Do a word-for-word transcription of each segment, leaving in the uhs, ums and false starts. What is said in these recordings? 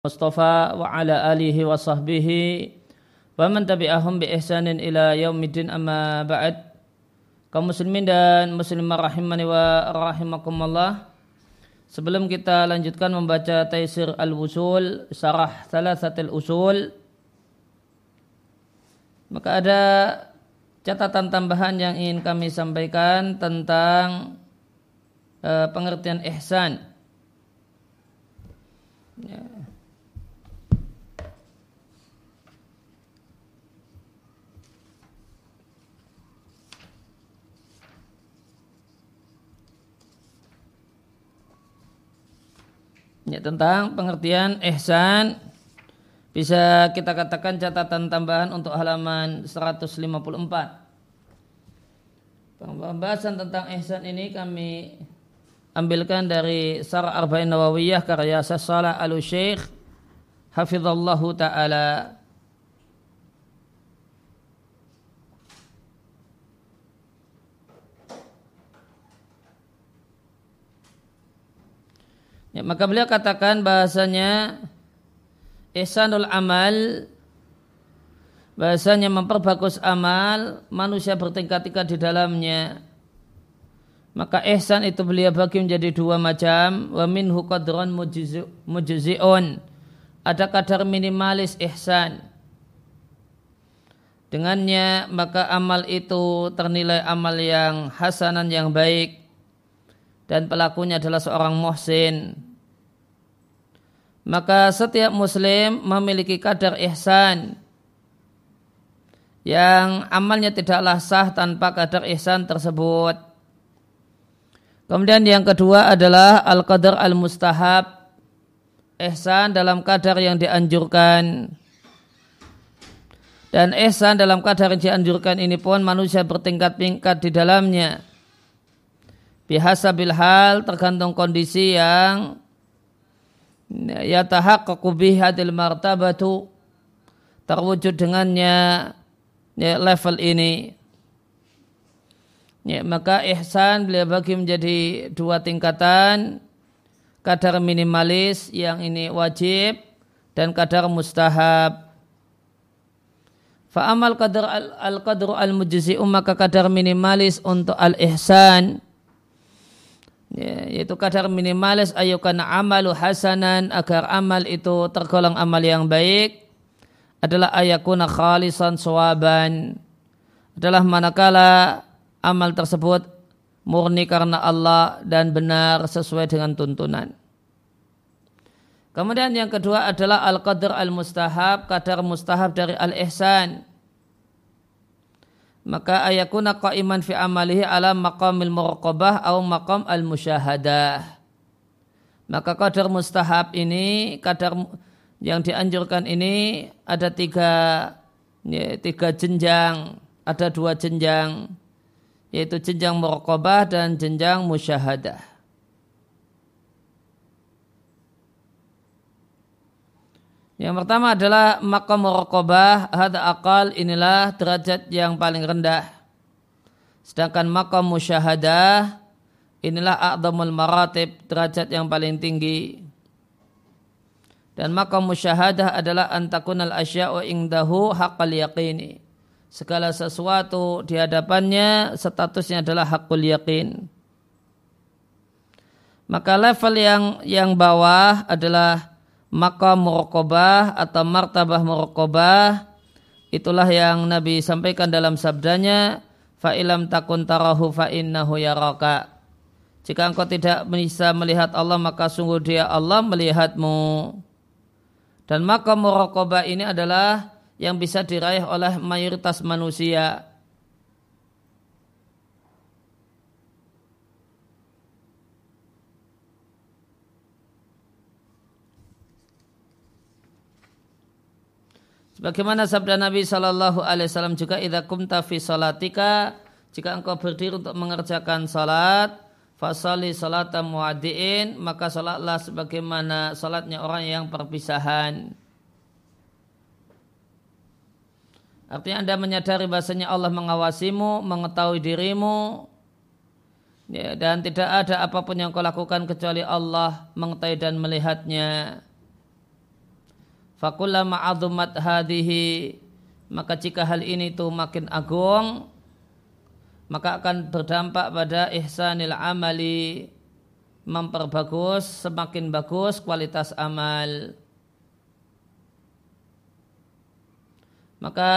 Mustafa wa ala alihi wa sahbihi wa man tabi'ahum bi ihsanin ila yaumiddin, amma ba'd. Kaum muslimin dan muslimah rahimani wa rahimakumullah. Sebelum kita lanjutkan membaca Taisir Al-Wusul, Syarah Thalathatil Usul, maka ada catatan tambahan yang ingin kami sampaikan tentang uh, pengertian ihsan. Ya. Ya, tentang pengertian ihsan bisa kita katakan catatan tambahan untuk halaman seratus lima puluh empat. Pembahasan tentang ihsan ini kami ambilkan dari Syarah Arba'in Nawawiyah karya Syaikh Al-Syekh hafizallahu taala. Ya, maka beliau katakan bahasanya ihsanul amal, bahasanya memperbagus amal, manusia bertingkat-tingkat di dalamnya. Maka ihsan itu beliau bagi menjadi dua macam. Wa minhu qadrun mujzi'un, ada kadar minimalis ihsan. Dengannya maka amal itu ternilai amal yang hasanan, yang baik, dan pelakunya adalah seorang muhsin. Maka setiap muslim memiliki kadar ihsan yang amalnya tidaklah sah tanpa kadar ihsan tersebut. Kemudian yang kedua adalah al-qadar al-mustahab, ihsan dalam kadar yang dianjurkan. Dan ihsan dalam kadar yang dianjurkan ini pun manusia bertingkat-tingkat di dalamnya. Bihasabil hal, tergantung kondisi yang yatahaqqaqu bihadil martabatu, terwujud dengannya ya, level ini. Ya, maka ihsan beliau bagi menjadi dua tingkatan, kadar minimalis yang ini wajib dan kadar mustahab. Fa amal qadar al-qadru al-mujzi'u, maka kadar minimalis untuk al-ihsan, ya, yaitu kadar minimalis ayyukan amalu hasanan, agar amal itu tergolong amal yang baik, adalah ayakuna khalisan sawaban, adalah manakala amal tersebut murni karena Allah dan benar sesuai dengan tuntunan. Kemudian yang kedua adalah al-qadr al-mustahab, kadar mustahab dari al-ihsan. Maka ayakuna qa'iman fi amalihi ala maqamil muraqabah atau maqam al-musyahadah. Maka kadar mustahab ini, kadar yang dianjurkan ini ada tiga, ya, tiga jenjang, ada dua jenjang, yaitu jenjang muraqabah dan jenjang musyahadah. Yang pertama adalah maqam muraqabah, hadza aqal, inilah derajat yang paling rendah. Sedangkan maqam musyahadah, inilah a'dhamul maratib, derajat yang paling tinggi. Dan maqam musyahadah adalah antakunal asya'u indahu haqqal yaqini, segala sesuatu di hadapannya statusnya adalah haqqul yaqin. Maka level yang yang bawah adalah maqam muraqabah atau martabah muraqabah. Itulah yang Nabi sampaikan dalam sabdanya, fa ilam takun tarahu fa innahu yaraka. Jika engkau tidak bisa melihat Allah, maka sungguh Dia Allah melihatmu. Dan maqam muraqabah ini adalah yang bisa diraih oleh mayoritas manusia. Bagaimana sabda Nabi Shallallahu Alaihi Wasallam juga, idza kumta fi salatika, jika engkau berdiri untuk mengerjakan salat, fasali salata muaddiin, maka salatlah sebagaimana salatnya orang yang perpisahan. Artinya Anda menyadari bahasanya Allah mengawasimu, mengetahui dirimu, ya, dan tidak ada apapun yang kau lakukan kecuali Allah mengetahui dan melihatnya. Fakullama azumat hadhihi, maka jika hal ini itu makin agung, maka akan berdampak pada ihsanil amali, memperbagus, semakin bagus kualitas amal. Maka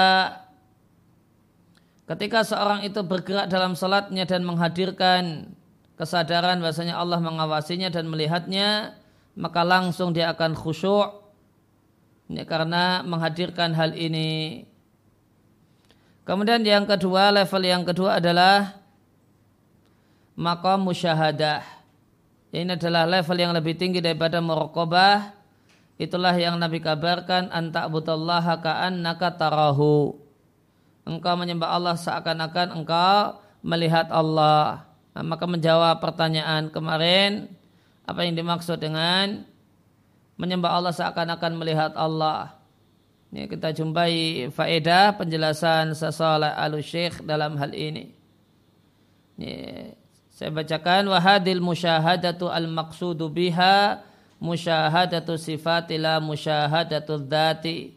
ketika seorang itu bergerak dalam salatnya dan menghadirkan kesadaran bahasanya Allah mengawasinya dan melihatnya, maka langsung dia akan khusyuk ya, karena menghadirkan hal ini. Kemudian yang kedua, level yang kedua adalah maqam musyahadah. Ini adalah level yang lebih tinggi daripada muraqabah. Itulah yang Nabi kabarkan, anta'budallaha ka'annaka tarahu. Engkau menyembah Allah seakan-akan engkau melihat Allah. Nah, maka menjawab pertanyaan kemarin, apa yang dimaksud dengan menyembah Allah seakan-akan melihat Allah. Ini kita jumpai faedah penjelasan Saleh Al-Syekh dalam hal ini. Ini saya bacakan, wahadil musyahadatu al-maqsudu biha musyahadatu sifatila musyahadatu dzati.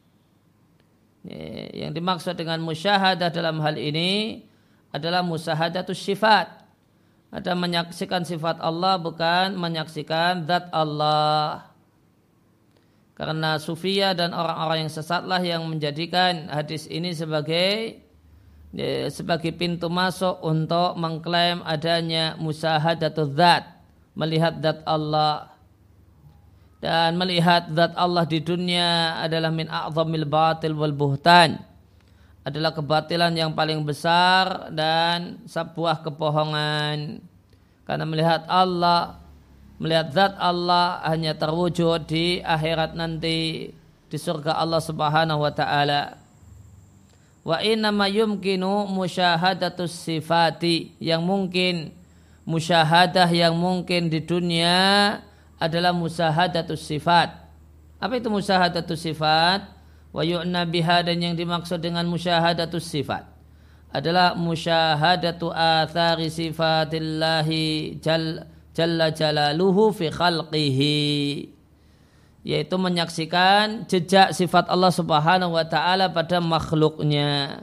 Yang dimaksud dengan musyahadah dalam hal ini adalah musyahadatu sifat. Ada menyaksikan sifat Allah, bukan menyaksikan zat Allah. Karena sufiyah dan orang-orang yang sesatlah yang menjadikan hadis ini sebagai sebagai pintu masuk untuk mengklaim adanya musyahadatu zat, melihat zat Allah. Dan melihat zat Allah di dunia adalah min a'zamil batil wal buhtan, adalah kebatilan yang paling besar dan sebuah kebohongan. Karena melihat Allah, melihat zat Allah hanya terwujud di akhirat nanti, di surga Allah Subhanahu wa taala. Wa inna ma yumkinu musyahadatus sifati, yang mungkin musyahadah yang mungkin di dunia adalah musyahadatus sifat. Apa itu musyahadatus sifat? Wa yu'na biha, dan yang dimaksud dengan musyahadatus sifat adalah musyahadatu athari sifatillahi jal, jalla jalaluhu fi khalqihi, yaitu menyaksikan jejak sifat Allah Subhanahu wa taala pada makhluknya.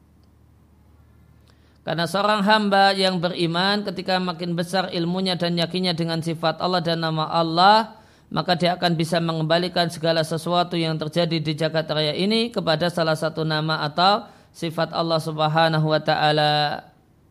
Karena seorang hamba yang beriman ketika makin besar ilmunya dan yakinnya dengan sifat Allah dan nama Allah, maka dia akan bisa mengembalikan segala sesuatu yang terjadi di jagat raya ini kepada salah satu nama atau sifat Allah Subhanahu wa taala.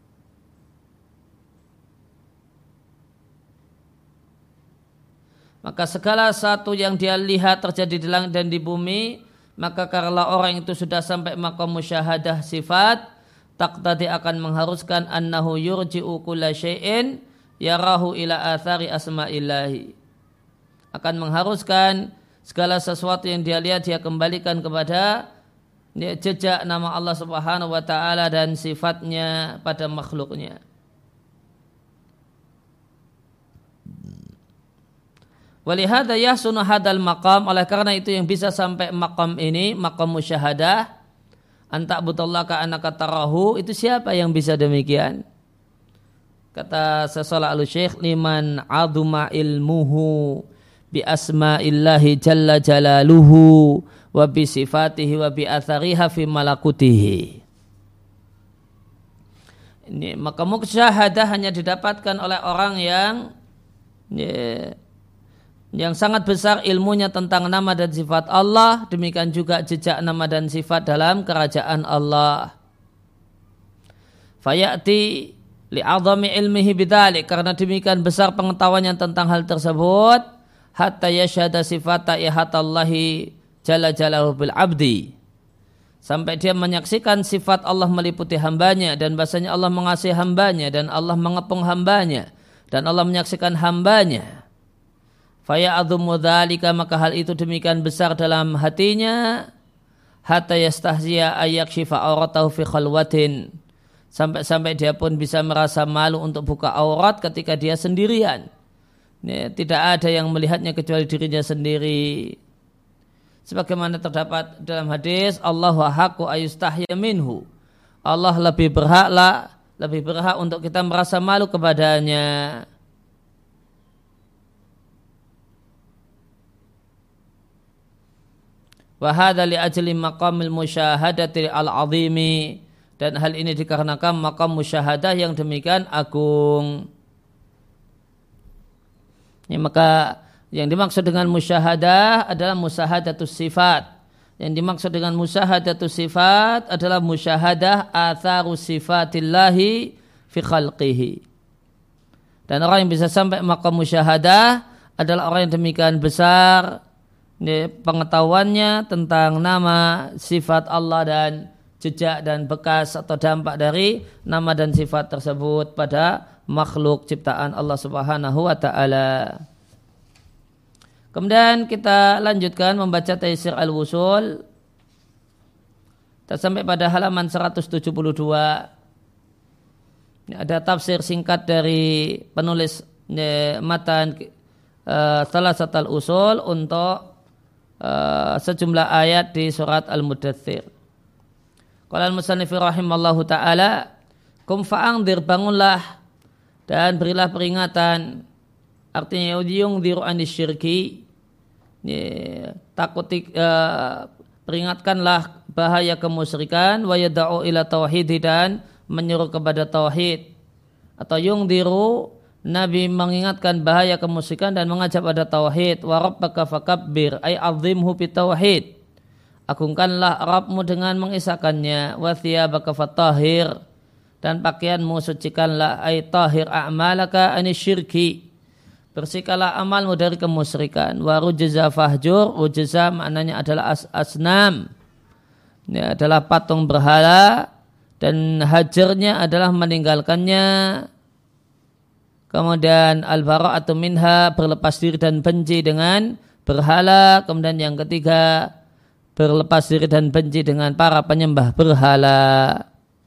Maka segala satu yang dia lihat terjadi di langit dan di bumi, maka karena orang itu sudah sampai maqam musyahadah sifat, taqtadi akan mengharuskan annahu yurji'u kulla syai'in yarahu ila athari asma'illahi. Akan mengharuskan segala sesuatu yang dia lihat dia kembalikan kepada jejak nama Allah Subhanahu wa taala dan sifatnya pada makhluknya. Walihada yahsunu hadal maqam, oleh karena itu yang bisa sampai maqam ini, maqam musyahadah, anta'budallaha ka'annaka tarahu, itu siapa yang bisa demikian? Kata Saleh Al-Syekh, liman aduma ilmuhu bi asma'illahi jalla jalaluhu wa bi sifatihi wa bi athariha fi malakutihi. Ini maka musyahadah hanya didapatkan oleh orang yang ya, yang sangat besar ilmunya tentang nama dan sifat Allah, demikian juga jejak nama dan sifat dalam kerajaan Allah. Fayati li'adhami ilmihi bidzalik, karena demikian besar pengetahuannya tentang hal tersebut, hatta yashhada sifata ihatallahi jalla jalaluhu bil abdi, sampai dia menyaksikan sifat Allah meliputi hambanya, dan bahasanya Allah mengasihi hambanya, dan Allah mengepung hambanya, dan Allah menyaksikan hambanya. Faya'adhumu dzalika, maka hal itu demikian besar dalam hatinya, hatta yastahziya ayyakshifa auratahu fi khalwatin, sampai-sampai dia pun bisa merasa malu untuk buka aurat ketika dia sendirian. Ini, tidak ada yang melihatnya kecuali dirinya sendiri. Sebagaimana terdapat dalam hadis, Allahu haqqu ayustahya minhu, Allah lebih berhaklah, lebih berhak untuk kita merasa malu kepadanya. Wa hadza li ajli maqamil musyahadati al-'azimi, dan hal ini dikarenakan maqam musyahadah yang demikian agung. Ya, maka yang dimaksud dengan musyahadah adalah musyahadatus sifat. Yang dimaksud dengan musyahadatus sifat adalah musyahadah atharus sifatillahi fi khalqihi. Dan orang yang bisa sampai maqam musyahadah adalah orang yang demikian besar ya, pengetahuannya tentang nama, sifat Allah dan jejak dan bekas atau dampak dari nama dan sifat tersebut pada makhluk ciptaan Allah Subhanahu wa taala. Kemudian kita lanjutkan membaca Taisir Al-Wusul. Kita sampai pada halaman seratus tujuh puluh dua. Ini ada tafsir singkat dari penulis ya, matan uh, Thalatsatul Usul untuk uh, sejumlah ayat di surat Al-Mudaththir. Qala al-musannif rahimallahu taala, kum fa'angdir, bangunlah dan berilah peringatan. Artinya yungdiru anisyirki, ya, takut uh, peringatkanlah bahaya kemusyrikan, wa yad'u ila tauhid, dan menyuruh kepada tauhid. Atau yungdiru, Nabi mengingatkan bahaya kemusyrikan dan mengajak pada tauhid. Wa rabbaka fakabbir, ay azimhu bi tauhid, agungkanlah Rabbmu dengan mengisahkannya. Wa thiyabaka fatahhir, dan pakaianmu sucikanlah, ay tahir a'malaka anisyirki, bersihkanlah amalmu dari kemusyrikan. Wa rujza fahjur, rujza maknanya adalah as asnam, ini adalah patung berhala, dan hajarnya adalah meninggalkannya. Kemudian al-bara'atu minha, berlepas diri dan benci dengan berhala. Kemudian yang ketiga, berlepas diri dan benci dengan para penyembah berhala.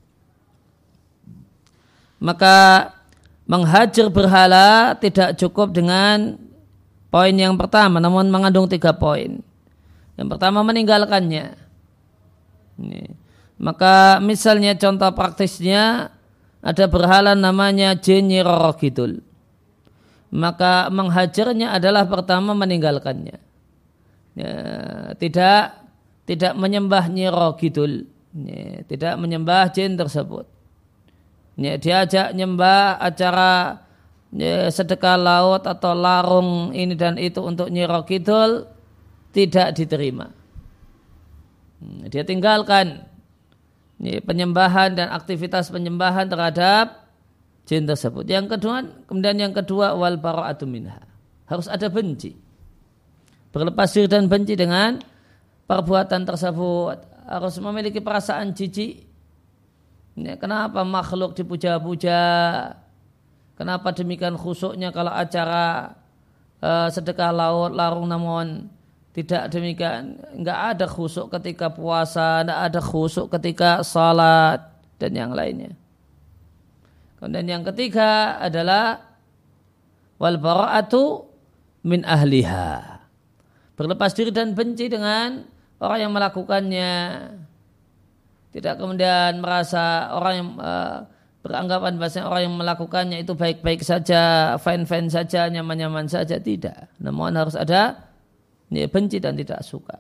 Maka menghajar berhala tidak cukup dengan poin yang pertama, namun mengandung tiga poin. Yang pertama, meninggalkannya. Ini. Maka misalnya contoh praktisnya, ada berhala namanya Jin Nyi Roro Kidul. Maka menghajarnya adalah pertama meninggalkannya. Ya, tidak tidak menyembah Nyi Roro Kidul, ya, tidak menyembah jin tersebut. Ya, diajak nyembah acara ya, sedekah laut atau larung ini dan itu untuk Nyi Roro Kidul, tidak diterima. Dia tinggalkan ya, penyembahan dan aktivitas penyembahan terhadap jin tersebut. Yang kedua, kemudian yang kedua, wal bara'atu minha, harus ada benci, berlepas diri dan benci dengan perbuatan tersebut, harus memiliki perasaan jijik. Ya, kenapa makhluk dipuja-puja? Kenapa demikian khusyuknya kalau acara uh, sedekah laut larung, namun tidak demikian, enggak ada khusyuk ketika puasa, enggak ada khusyuk ketika salat dan yang lainnya. Kemudian yang ketiga adalah wal bara'atu min ahliha, berlepas diri dan benci dengan orang yang melakukannya. Tidak kemudian merasa orang yang uh, beranggapan bahasa orang yang melakukannya itu baik-baik saja, fine-fine saja, nyaman-nyaman saja. Tidak. Namun harus ada ya, benci dan tidak suka.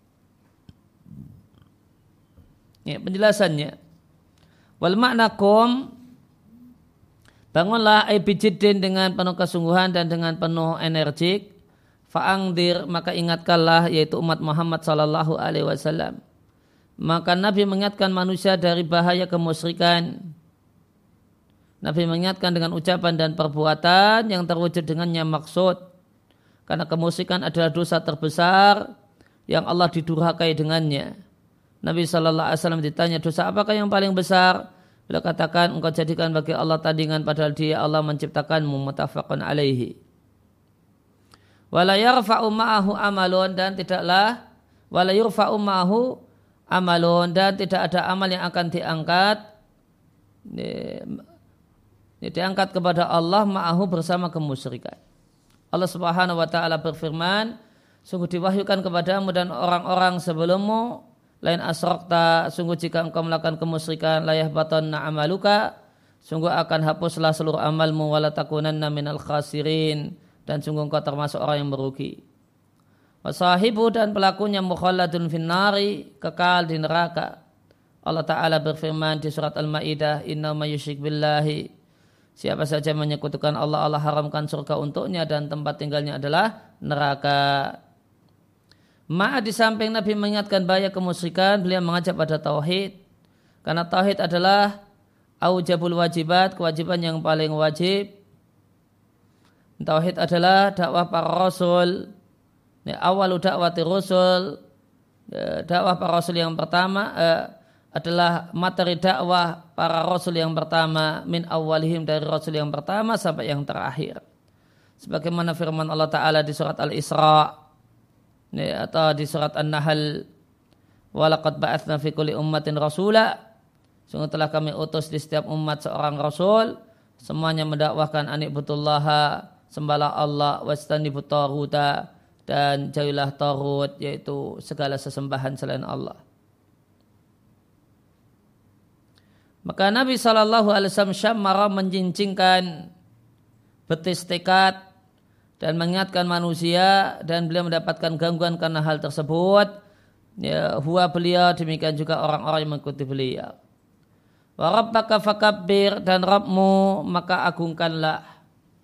Ya, penjelasannya. Wal maknakum, bangunlah ay bijiddin, dengan penuh kesungguhan dan dengan penuh energik. Fa'angdir, maka ingatkanlah, yaitu umat Muhammad sallallahu alaihi wasallam. Maka Nabi mengingatkan manusia dari bahaya kemusyrikan. Nabi mengingatkan dengan ucapan dan perbuatan yang terwujud dengannya maksud. Karena kemusyrikan adalah dosa terbesar yang Allah didurhakai dengannya. Nabi shallallahu alaihi wasallam ditanya, dosa apakah yang paling besar? Beliau katakan, engkau jadikan bagi Allah tandingan padahal Dia Allah menciptakanmu, muttafaqun alaihi. Wala yarfa'u ma'ahu amalun, dan tidaklah wala yurfa'u ma'ahu amalun, dan tidak ada amal yang akan diangkat diangkat kepada Allah ma'ahu, bersama kemusyrikan. Allah Subhanahu wa taala berfirman, sungguh diwahyukan kepadamu dan orang-orang sebelummu, lain asrakta, sungguh jika engkau melakukan kemusyrikan, la yahbatanna amaluka, sungguh akan hapuslah seluruh amalmu, wala takunanna minal khasirin, dan sungguh engkau termasuk orang yang merugi. Wasahibu dan pelakunya mukhalladun finnari, kekal di neraka. Allah Ta'ala berfirman di surat Al-Ma'idah, Inna ma yusyrik billahi, siapa saja menyekutukan Allah, Allah haramkan surga untuknya dan tempat tinggalnya adalah neraka. Ma'a di samping Nabi mengingatkan bahaya kemusyrikan, beliau mengajak pada tauhid. Karena tauhid adalah aujabul wajibat, kewajiban yang paling wajib. Tauhid adalah dakwah para rasul. Ya, awalu dakwati rasul, ya, dakwah para rasul yang pertama eh, adalah materi dakwah para rasul yang pertama, min awalihim, dari rasul yang pertama sampai yang terakhir. Sebagaimana firman Allah Ta'ala di surat Al-Isra, ya, atau di surat An-Nahl, walaqad ba'atsna fi kulli ummatin rasula, sungguh telah kami utus di setiap umat seorang rasul, semuanya mendakwahkan ani'budullaha, sembahlah Allah, wastanibut taghuta, dan jauhilah taghut, yaitu segala sesembahan selain Allah. Maka Nabi shallallahu alaihi wasallam syamara menjincingkan betis tekad dan mengingatkan manusia, dan beliau mendapatkan gangguan karena hal tersebut. Ya, huwa beliau, demikian juga orang-orang yang mengikuti beliau. Wa rabbaka fakabbir, dan Rabbmu maka agungkanlah.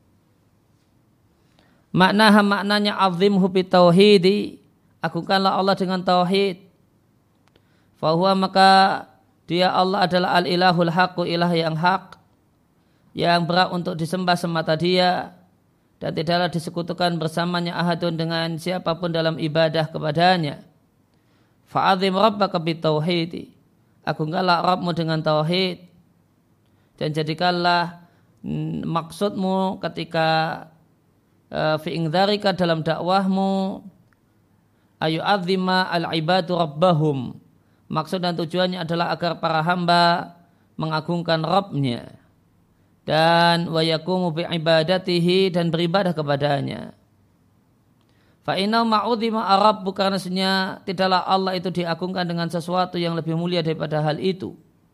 Maknaha, maknanya azimhu bi tauhidi, agungkanlah Allah dengan tauhid. Fahuwa, maka dia Allah adalah al-ilahul haqqu, ilah yang hak, yang berhak untuk disembah semata dia, dan tidaklah disekutukan bersamanya ahadun dengan siapapun dalam ibadah kepadanya. Fa'azim rabbaka bi tauhidi, agungkanlah Rabbmu dengan tauhid, dan jadikanlah maksudmu ketika fi ingdzarika, dalam dakwahmu, ayu azima al-ibadu rabbahum, maksud dan tujuannya adalah agar para hamba mengagungkan Rabbnya, dan wa yaqumu bi ibadatihi, dan beribadah kepadanya. Fa inna ma'udhima ar-rabbu, karena sebenarnya tidaklah Allah itu diagungkan dengan sesuatu yang lebih mulia daripada hal itu.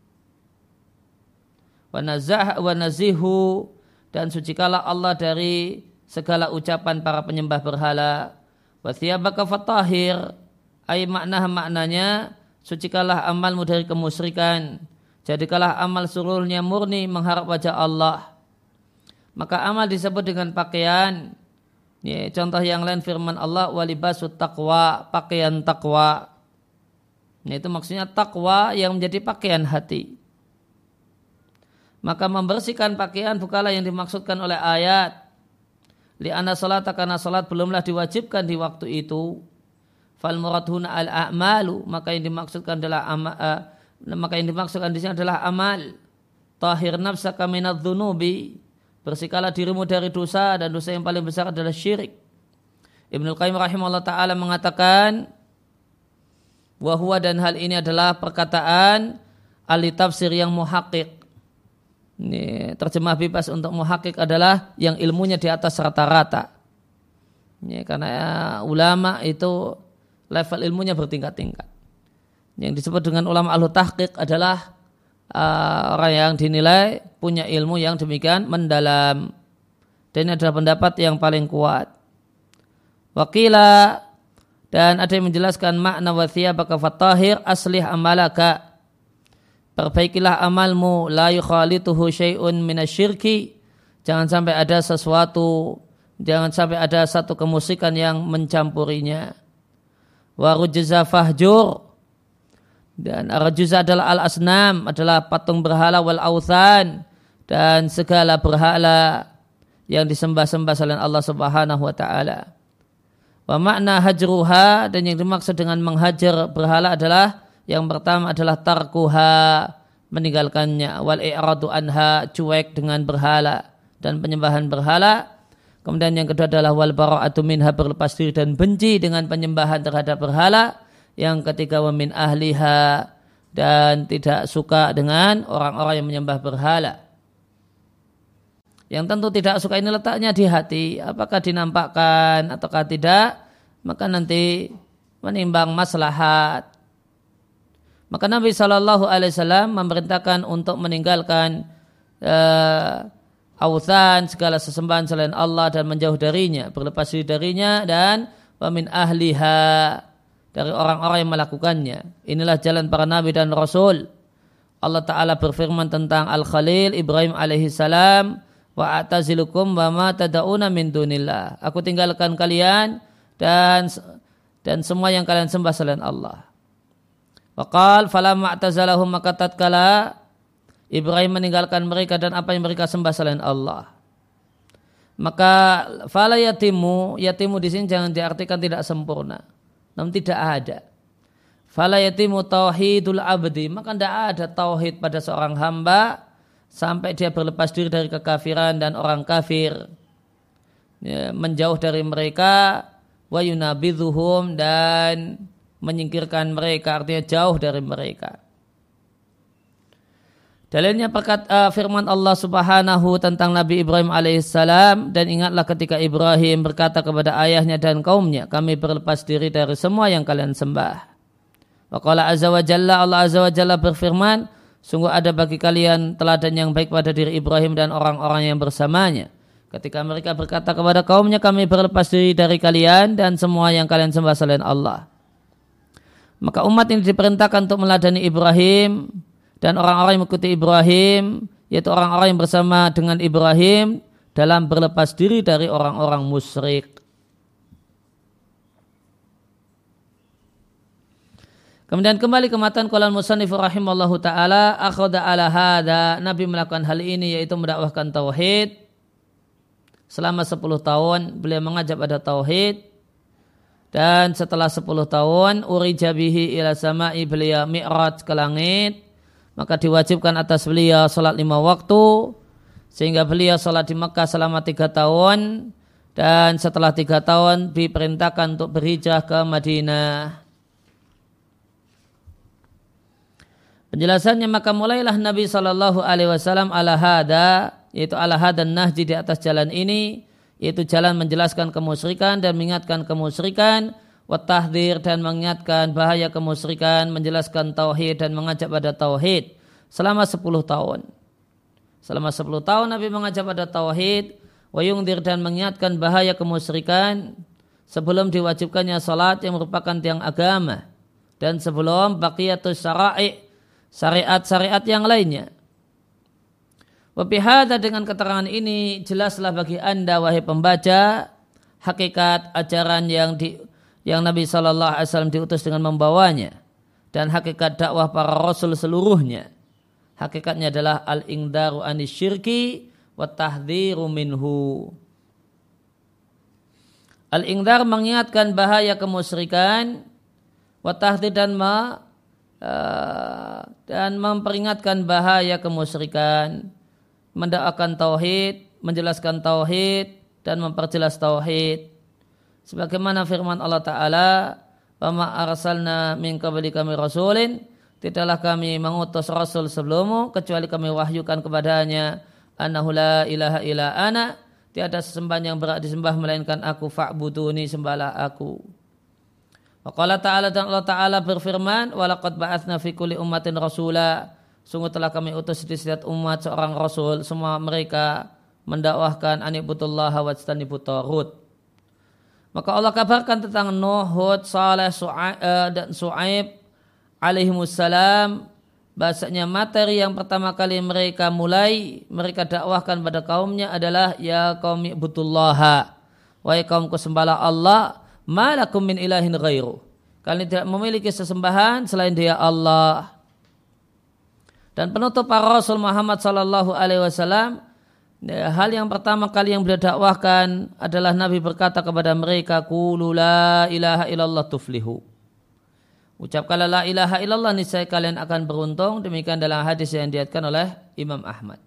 Wa nazah wa nazihu, dan sucikalah Allah dari segala ucapan para penyembah berhala. Wa thiyabaka fatahhir, ay makna maknanya sucikalah amalmu dari kemusyrikan, jadikanlah amal seluruhnya murni mengharap wajah Allah. Maka amal disebut dengan pakaian. Ya, contoh yang lain firman Allah, walibasut taqwa, pakaian takwa. Nah, itu maksudnya takwa yang menjadi pakaian hati. Maka membersihkan pakaian bukanlah yang dimaksudkan oleh ayat. Li'anna salata, karena salat belumlah diwajibkan di waktu itu. Fal muradhuna al a'malu, maka yang dimaksudkan adalah amal, uh, maka yang dimaksudkan di sini adalah amal. Tahhir nafsaka minadz dzunubi, bersihkanlah dirimu dari dosa, dan dosa yang paling besar adalah syirik. Ibnu Qayyim rahimahullah taala mengatakan, wa huwa, dan hal ini adalah perkataan ahli tafsir yang muhaqqiq. Ini terjemah bebas untuk muhaqqiq adalah yang ilmunya di atas rata-rata. Ini karena ya, ulama itu level ilmunya bertingkat-tingkat. Yang disebut dengan ulama ahlu tahqiq adalah uh, orang yang dinilai punya ilmu yang demikian mendalam. Dan ini adalah pendapat yang paling kuat. Wakila, dan ada yang menjelaskan makna wa thiyabaka fatahhir aslih amalaka, perbaikilah amalmu, la yukhalituhu syai'un minasyirki, jangan sampai ada sesuatu, jangan sampai ada satu kemusyrikan yang mencampurinya. Wa rujza fahjur, dan rujza adalah al-asnam, adalah patung berhala, wal authan, dan segala berhala yang disembah-sembah selain Allah Subhanahu wa taala. Wa makna hajruha, dan yang dimaksud dengan menghajar berhala adalah yang pertama adalah tarkuha, meninggalkannya, wal i'radu anha, cuek dengan berhala dan penyembahan berhala. Kemudian yang kedua adalah wal bara'atu minha, berlepas diri dan benci dengan penyembahan terhadap berhala. Yang ketiga wa min ahliha, dan tidak suka dengan orang-orang yang menyembah berhala. Yang tentu tidak suka ini letaknya di hati, apakah dinampakkan ataukah tidak, maka nanti menimbang maslahat. Maka Nabi shallallahu alaihi wasallam memerintahkan untuk meninggalkan uh, authan, segala sesembahan selain Allah, dan menjauh darinya, berlepas diri darinya, dan wa min ahliha, dari orang-orang yang melakukannya. Inilah jalan para nabi dan rasul. Allah Ta'ala berfirman tentang Al-Khalil Ibrahim alaihi salam, wa a'tazilukum wa ma tada'una min dunillah. Aku tinggalkan kalian dan dan semua yang kalian sembah selain Allah. Wa qala falamma a'tazalahum, maka tatkala Ibrahim meninggalkan mereka dan apa yang mereka sembah selain Allah. Maka fala yatimu, yatimu di sini jangan diartikan tidak sempurna, namun tidak ada. Fala yatimu tauhidul abdi, maka tidak ada tauhid pada seorang hamba sampai dia berlepas diri dari kekafiran dan orang kafir, ya, menjauh dari mereka, wa yunabidhuhum, dan menyingkirkan mereka, artinya jauh dari mereka. Dalilnya perkat, uh, firman Allah Subhanahu tentang Nabi Ibrahim alaihissalam, dan ingatlah ketika Ibrahim berkata kepada ayahnya dan kaumnya, kami berlepas diri dari semua yang kalian sembah. Wa qala azza wa jalla, Allah azza wa jalla berfirman, sungguh ada bagi kalian teladan yang baik pada diri Ibrahim dan orang-orang yang bersamanya. Ketika mereka berkata kepada kaumnya, kami berlepas diri dari kalian dan semua yang kalian sembah selain Allah. Maka umat ini diperintahkan untuk meladani Ibrahim dan orang-orang yang mengikuti Ibrahim, yaitu orang-orang yang bersama dengan Ibrahim dalam berlepas diri dari orang-orang musyrik. Kemudian kembali ke matan qalan musannif rahimallahu taala, akhadha ala hada, Nabi melakukan hal ini yaitu mendakwahkan tauhid selama sepuluh tahun. Beliau mengajak pada tauhid, dan setelah sepuluh tahun urija bihi ila sama'i, beliau mi'raj ke langit, maka diwajibkan atas beliau salat lima waktu, sehingga beliau salat di Mekah selama tiga tahun, dan setelah tiga tahun diperintahkan untuk berhijrah ke Madinah. Penjelasannya, maka mulailah Nabi shallallahu alaihi wasallam ala hada, yaitu ala hadan nahji, di atas jalan ini, yaitu jalan menjelaskan kemusyrikan dan mengingatkan kemusyrikan, wa tahdhir, dan mengingatkan bahaya kemusyrikan, menjelaskan tauhid dan mengajak pada tauhid selama sepuluh tahun. Selama sepuluh tahun Nabi mengajak pada tauhid, wa yungdhir, dan mengingatkan bahaya kemusyrikan sebelum diwajibkannya salat yang merupakan tiang agama, dan sebelum baqiyatus syara'i, syariat-syariat yang lainnya. Wa bihadza, dengan keterangan ini jelaslah bagi Anda wahai pembaca hakikat ajaran yang di yang Nabi shallallahu alaihi wasallam diutus dengan membawanya, dan hakikat dakwah para rasul seluruhnya. Hakikatnya adalah al-ingdaru anisyirki wa tahdhiru minhu. Al-ingdar mengingatkan bahaya kemusyrikan, wa tahdhir, dan ma, uh, dan memperingatkan bahaya kemusyrikan, mendakwakan tauhid, menjelaskan tauhid dan memperjelas tauhid. Sebagaimana firman Allah Ta'ala, wa ma arsalna min qablika min rasulin, tidaklah kami mengutus rasul sebelummu kecuali kami wahyukan kepadanya, annahu la ilaha illa ana, tiada sesembahan yang berhak disembah melainkan aku, fa'buduni, sembahlah aku. Wa qala Ta'ala, dan Allah Ta'ala berfirman, wa laqad ba'atsna fi kulli ummatin rasula, sungguh telah kami utus di setiap umat seorang rasul, semua mereka mendakwahkan anibutullaha wajtanibut taghut. Maka Allah kabarkan tentang Nuh, Hud, Saleh, Su'aib, dan Su'aib alaihimussalam, bahasanya materi yang pertama kali mereka mulai mereka dakwahkan pada kaumnya adalah ya qaumi ibudullaha, wahai kaumku sembahlah Allah, malakum min ilahin ghairu, kalian tidak memiliki sesembahan selain Dia Allah. Dan penutup para Rasul Muhammad sallallahu alaihi wasallam, hal yang pertama kali yang beliau dakwahkan adalah Nabi berkata kepada mereka, qulu la ilaha illallah tuflihu, ucapkanlah la ilaha illallah, niscaya kalian akan beruntung. Demikian dalam hadis yang diriwayatkan oleh Imam Ahmad.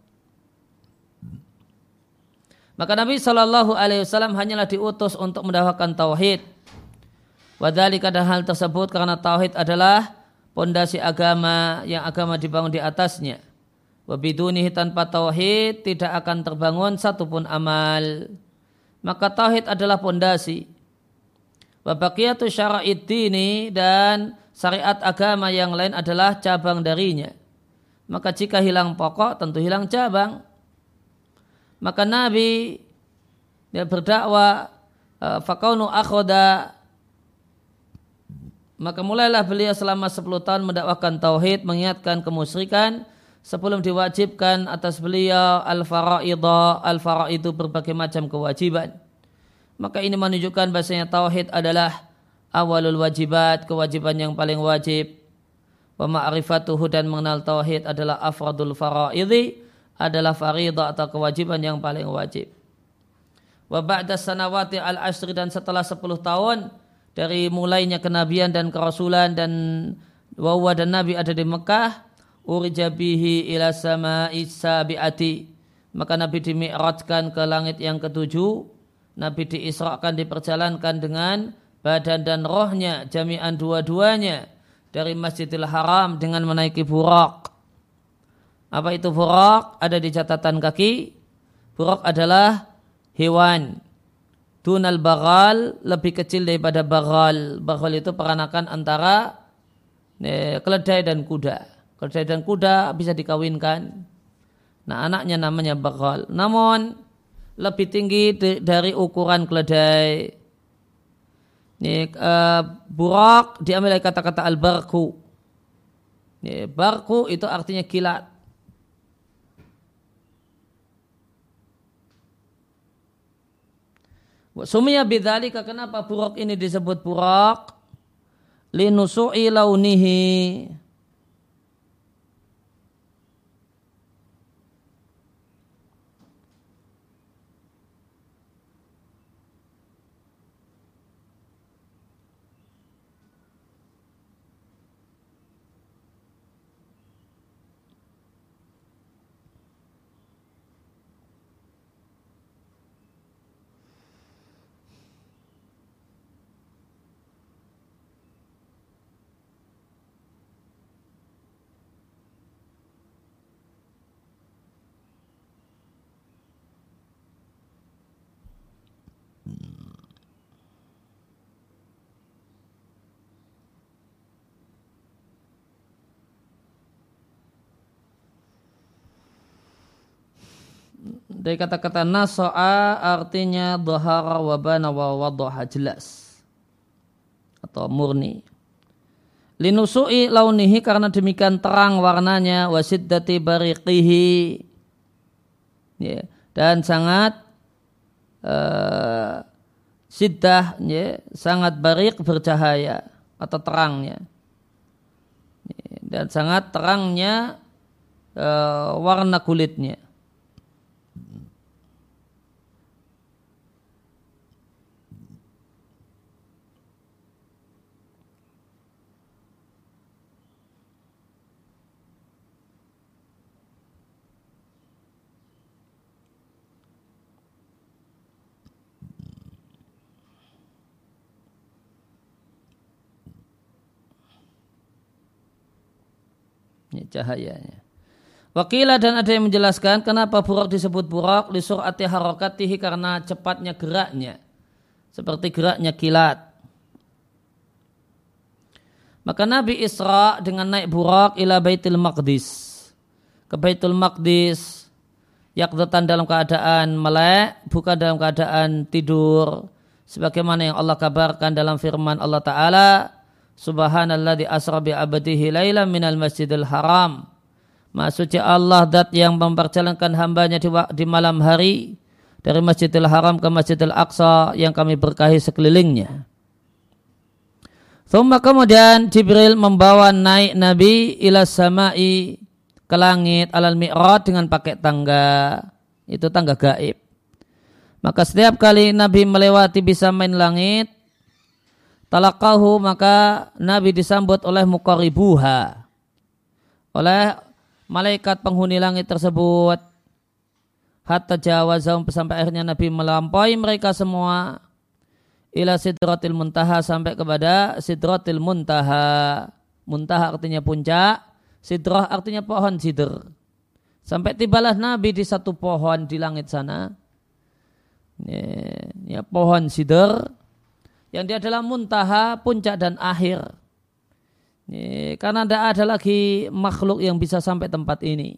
Maka Nabi sallallahu alaihi wasallam hanyalah diutus untuk mendakwahkan tauhid. Wa dzalika, dan hal tersebut karena tauhid adalah pondasi agama yang agama dibangun di atasnya. Wa bidunihi, tanpa tauhid tidak akan terbangun satupun amal. Maka tauhid adalah pondasi. Wa baqiyatu syara'id dini, dan syariat agama yang lain adalah cabang darinya. Maka jika hilang pokok tentu hilang cabang. Maka Nabi dia berdakwah, fakaunu akhoda Maka mulailah beliau selama sepuluh tahun mendakwakan tauhid, mengingatkan kemusyrikan sebelum diwajibkan atas beliau al-faraidah, al-faraidu berbagai macam kewajiban. Maka ini menunjukkan bahasanya tauhid adalah awalul wajibat, kewajiban yang paling wajib. Wa ma'rifatuhu, dan mengenal tauhid adalah afradul faraidhi, adalah faridah atau kewajiban yang paling wajib. Wa ba'da sanawati al-ashri, dan setelah sepuluh tahun dari mulainya kenabian dan kerasulan dan wawa dan nabi ada di Mekah, urija bihi ila sama'i sabi'ati, maka nabi dimi'rajkan ke langit yang ketujuh. Nabi diisrakan, diperjalankan dengan badan dan rohnya jami'an dua-duanya dari Masjidil Haram dengan menaiki burak. Apa itu burak? Ada di catatan kaki. Burak adalah hewan dunal baghal, lebih kecil daripada baghal. Baghal itu peranakan antara eh, keledai dan kuda. Keledai dan kuda bisa dikawinkan. Nah, anaknya namanya baghal. Namun lebih tinggi dari ukuran keledai. Ini uh, burak diambil dari kata-kata al-barku. Ini, barku itu artinya kilat. Sumia bidzalika, kenapa burak ini disebut burak? Linusu'i launihi, dari kata-kata naso'a artinya dhahara wa bana wa wadaha, jelas atau murni. Linusu'i launihi, karena demikian terang warnanya, wa siddati bariqihi, ya, dan sangat uh, siddah, ya, sangat barik, bercahaya atau terangnya, ya, dan sangat terangnya uh, warna kulitnya. Ini cahayanya. Wakilah, dan ada yang menjelaskan kenapa burak disebut burak, li sur'ati harakatihi, karena cepatnya geraknya, seperti geraknya kilat. Maka Nabi Isra dengan naik burak ila Baitul Maqdis, ke Baitul Maqdis, yaqdatan dalam keadaan melek, bukan dalam keadaan tidur, sebagaimana yang Allah kabarkan dalam firman Allah Ta'ala, Subhanalladzi asra bi 'abdihi lailan minal masjidil haram. Maha suci Allah, zat yang memperjalankan hambanya di, di malam hari dari Masjidil Haram ke Masjidil Aqsa yang kami berkahi sekelilingnya. Thumma, kemudian Jibril membawa naik Nabi ila samai, ke langit, alal mi'raj, dengan pakai tangga. Itu tangga gaib. Maka setiap kali Nabi melewati bisa main langit, talaqahu, maka Nabi disambut oleh muqarribuha, oleh malaikat penghuni langit tersebut, hatta jawazahum, sampai akhirnya Nabi melampaui mereka semua, ila sidratil muntaha, sampai kepada sidratil muntaha. Muntaha artinya puncak, sidrah artinya pohon sidr. Sampai tibalah Nabi di satu pohon di langit sana, ya, ya, pohon sidr, yang dia adalah muntaha, puncak dan akhir. Ini, karena tidak ada lagi makhluk yang bisa sampai tempat ini.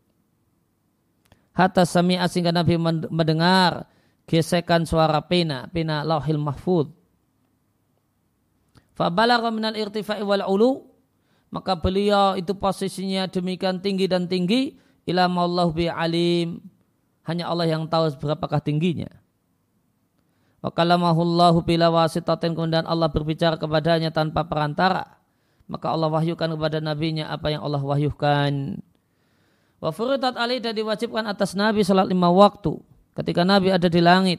Hatta sami'a, sehingga Nabi mendengar gesekan suara pena, pena lauhil mahfud. Fa balagha minal irtifa'i wal 'ulu, maka beliau itu posisinya demikian tinggi dan tinggi, ila ma'allahu bi alim, hanya Allah yang tahu berapakah tingginya. Wa kalamahullahu bila wasitatin, kemudian Allah berbicara kepadanya tanpa perantara, maka Allah wahyukan kepada nabinya apa yang Allah wahyukan. Wa furidat alaihi, dan diwajibkan atas Nabi salat lima waktu ketika Nabi ada di langit.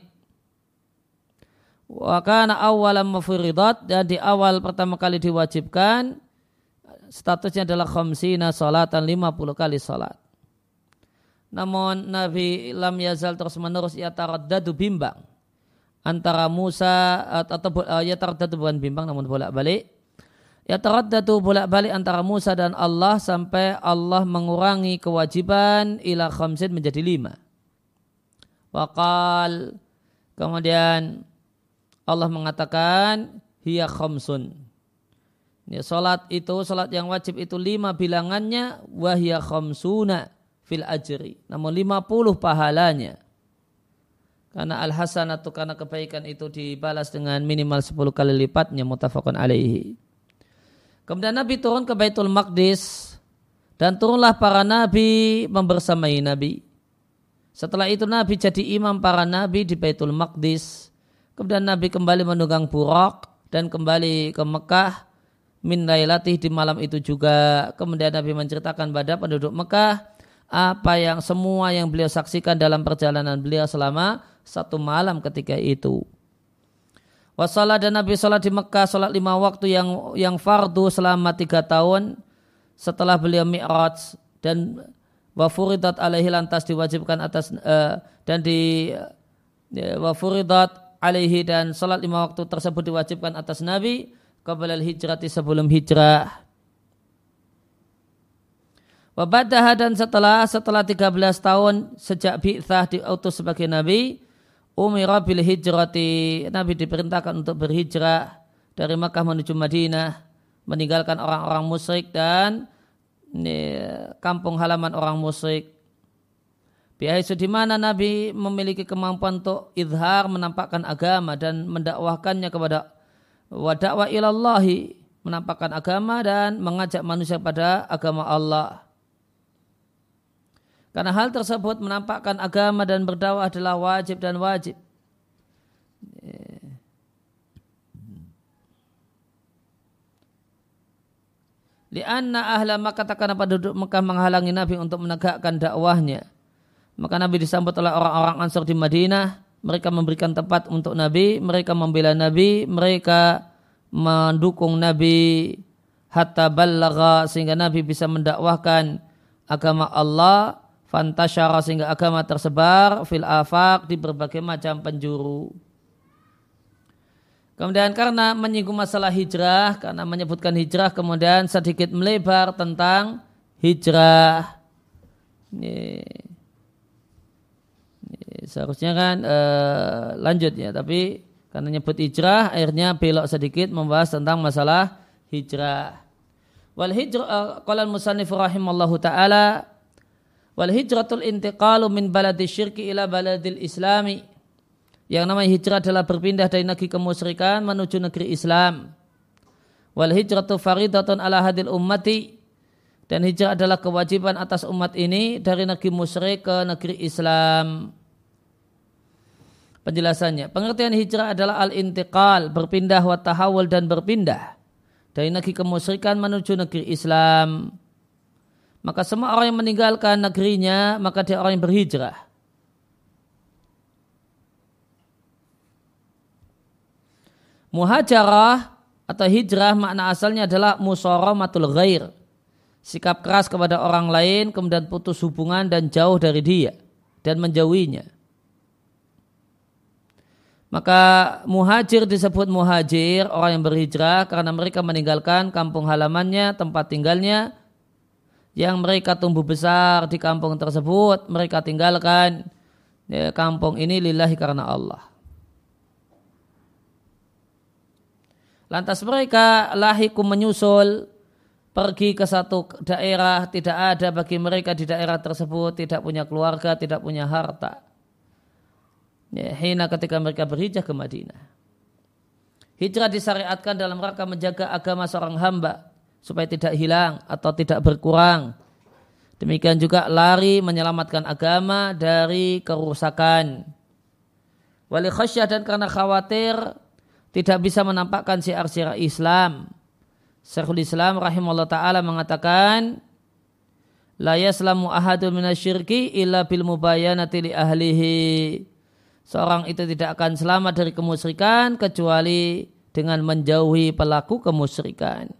Wa kana awwalan mafuridat, dan di awal pertama kali diwajibkan statusnya adalah khamsina salatan, lima puluh kali salat. Namun Nabi lam yazal terus menerus yataraddadu, bimbang antara Musa atau yataraddadu bukan bimbang namun bolak-balik. Yataraddadu bolak-balik antara Musa dan Allah sampai Allah mengurangi kewajiban ila khamsin menjadi lima. Waqal, kemudian Allah mengatakan hiya khamsun. Ya, salat itu, salat yang wajib itu lima bilangannya, wahya khamsuna fil ajri, namun lima puluh pahalanya. Karena al-hasanatu, karena kebaikan itu dibalas dengan minimal sepuluh kali lipatnya, muttafaqun alaihi. Kemudian Nabi turun ke Baitul Maqdis, dan turunlah para nabi membersamai Nabi. Setelah itu Nabi jadi imam para nabi di Baitul Maqdis. Kemudian Nabi kembali menunggang Buraq dan kembali ke Mekah min lailatih, di malam itu juga. Kemudian Nabi menceritakan pada penduduk Mekah apa yang semua yang beliau saksikan dalam perjalanan beliau selama satu malam ketika itu. Wassalat, dan Nabi salat di Mekah salat lima waktu yang yang fardu selama tiga tahun setelah beliau mi'raj, dan wafuridat alaihi, lantas diwajibkan atas uh, dan di uh, wafuridat alaihi, dan salat lima waktu tersebut diwajibkan atas Nabi qabla al-hijrati, sebelum hijrah. Wa ba'daha, dan setelah setelah tiga belas tahun sejak bi'tsah diutus sebagai nabi, umira bil hijrati, Nabi diperintahkan untuk berhijrah dari Makkah menuju Madinah, meninggalkan orang-orang musyrik dan ini, kampung halaman orang musyrik. Biaisu, di mana Nabi memiliki kemampuan untuk izhar, menampakkan agama dan mendakwahkannya kepada wa da'wa ilallahi, menampakkan agama dan mengajak manusia pada agama Allah. Karena hal tersebut, menampakkan agama dan berdakwah adalah wajib dan wajib. Lianna ahla Makkah, karena penduduk Mekah menghalangi Nabi untuk menegakkan dakwahnya. Maka Nabi disambut oleh orang-orang Ansar di Madinah. Mereka memberikan tempat untuk Nabi, mereka membela Nabi, mereka mendukung Nabi hatta ballagha, sehingga Nabi bisa mendakwahkan agama Allah, fantasyara, sehingga agama tersebar fil afaq, di berbagai macam penjuru. Kemudian karena menyinggung masalah hijrah, karena menyebutkan hijrah, kemudian sedikit melebar tentang hijrah. Ini, ini seharusnya kan eh, lanjut ya, tapi karena nyebut hijrah, akhirnya belok sedikit membahas tentang masalah hijrah. Wal hijrah, qala al-musannif rahimallahu taala, wal hijratul intiqalu min baladi syirki ila baladil islami. Yang namanya hijrah adalah berpindah dari negeri kemusyrikan menuju negeri Islam. Wal hijratu faridatun ala hadil ummati, dan hijrah adalah kewajiban atas umat ini dari negeri musyrik ke negeri Islam. Penjelasannya, pengertian hijrah adalah al-intiqal, berpindah, wa tahawul, dan berpindah dari negeri kemusyrikan menuju negeri Islam. Maka semua orang yang meninggalkan negerinya, maka dia orang yang berhijrah. Muhajarah atau hijrah makna asalnya adalah musaramatul ghair, sikap keras kepada orang lain, kemudian putus hubungan dan jauh dari dia dan menjauhinya. Maka muhajir disebut muhajir, orang yang berhijrah, karena mereka meninggalkan kampung halamannya, tempat tinggalnya, yang mereka tumbuh besar di kampung tersebut, mereka tinggalkan ya, kampung ini lillahi, karena Allah. Lantas mereka lahikum menyusul, pergi ke satu daerah, tidak ada bagi mereka di daerah tersebut, tidak punya keluarga, tidak punya harta. Ya, hina ketika mereka berhijrah ke Madinah. Hijrah disyariatkan dalam rangka menjaga agama seorang hamba supaya tidak hilang atau tidak berkurang. Demikian juga lari menyelamatkan agama dari kerusakan. Wali khasyah, dan karena khawatir tidak bisa menampakkan syiar-syiar Islam. Syekhul Islam rahimahullah ta'ala mengatakan, la yaslamu ahadun minasyirki illa bil mubayanati li ahlihi. Seorang itu tidak akan selamat dari kemusyrikan kecuali dengan menjauhi pelaku kemusyrikan.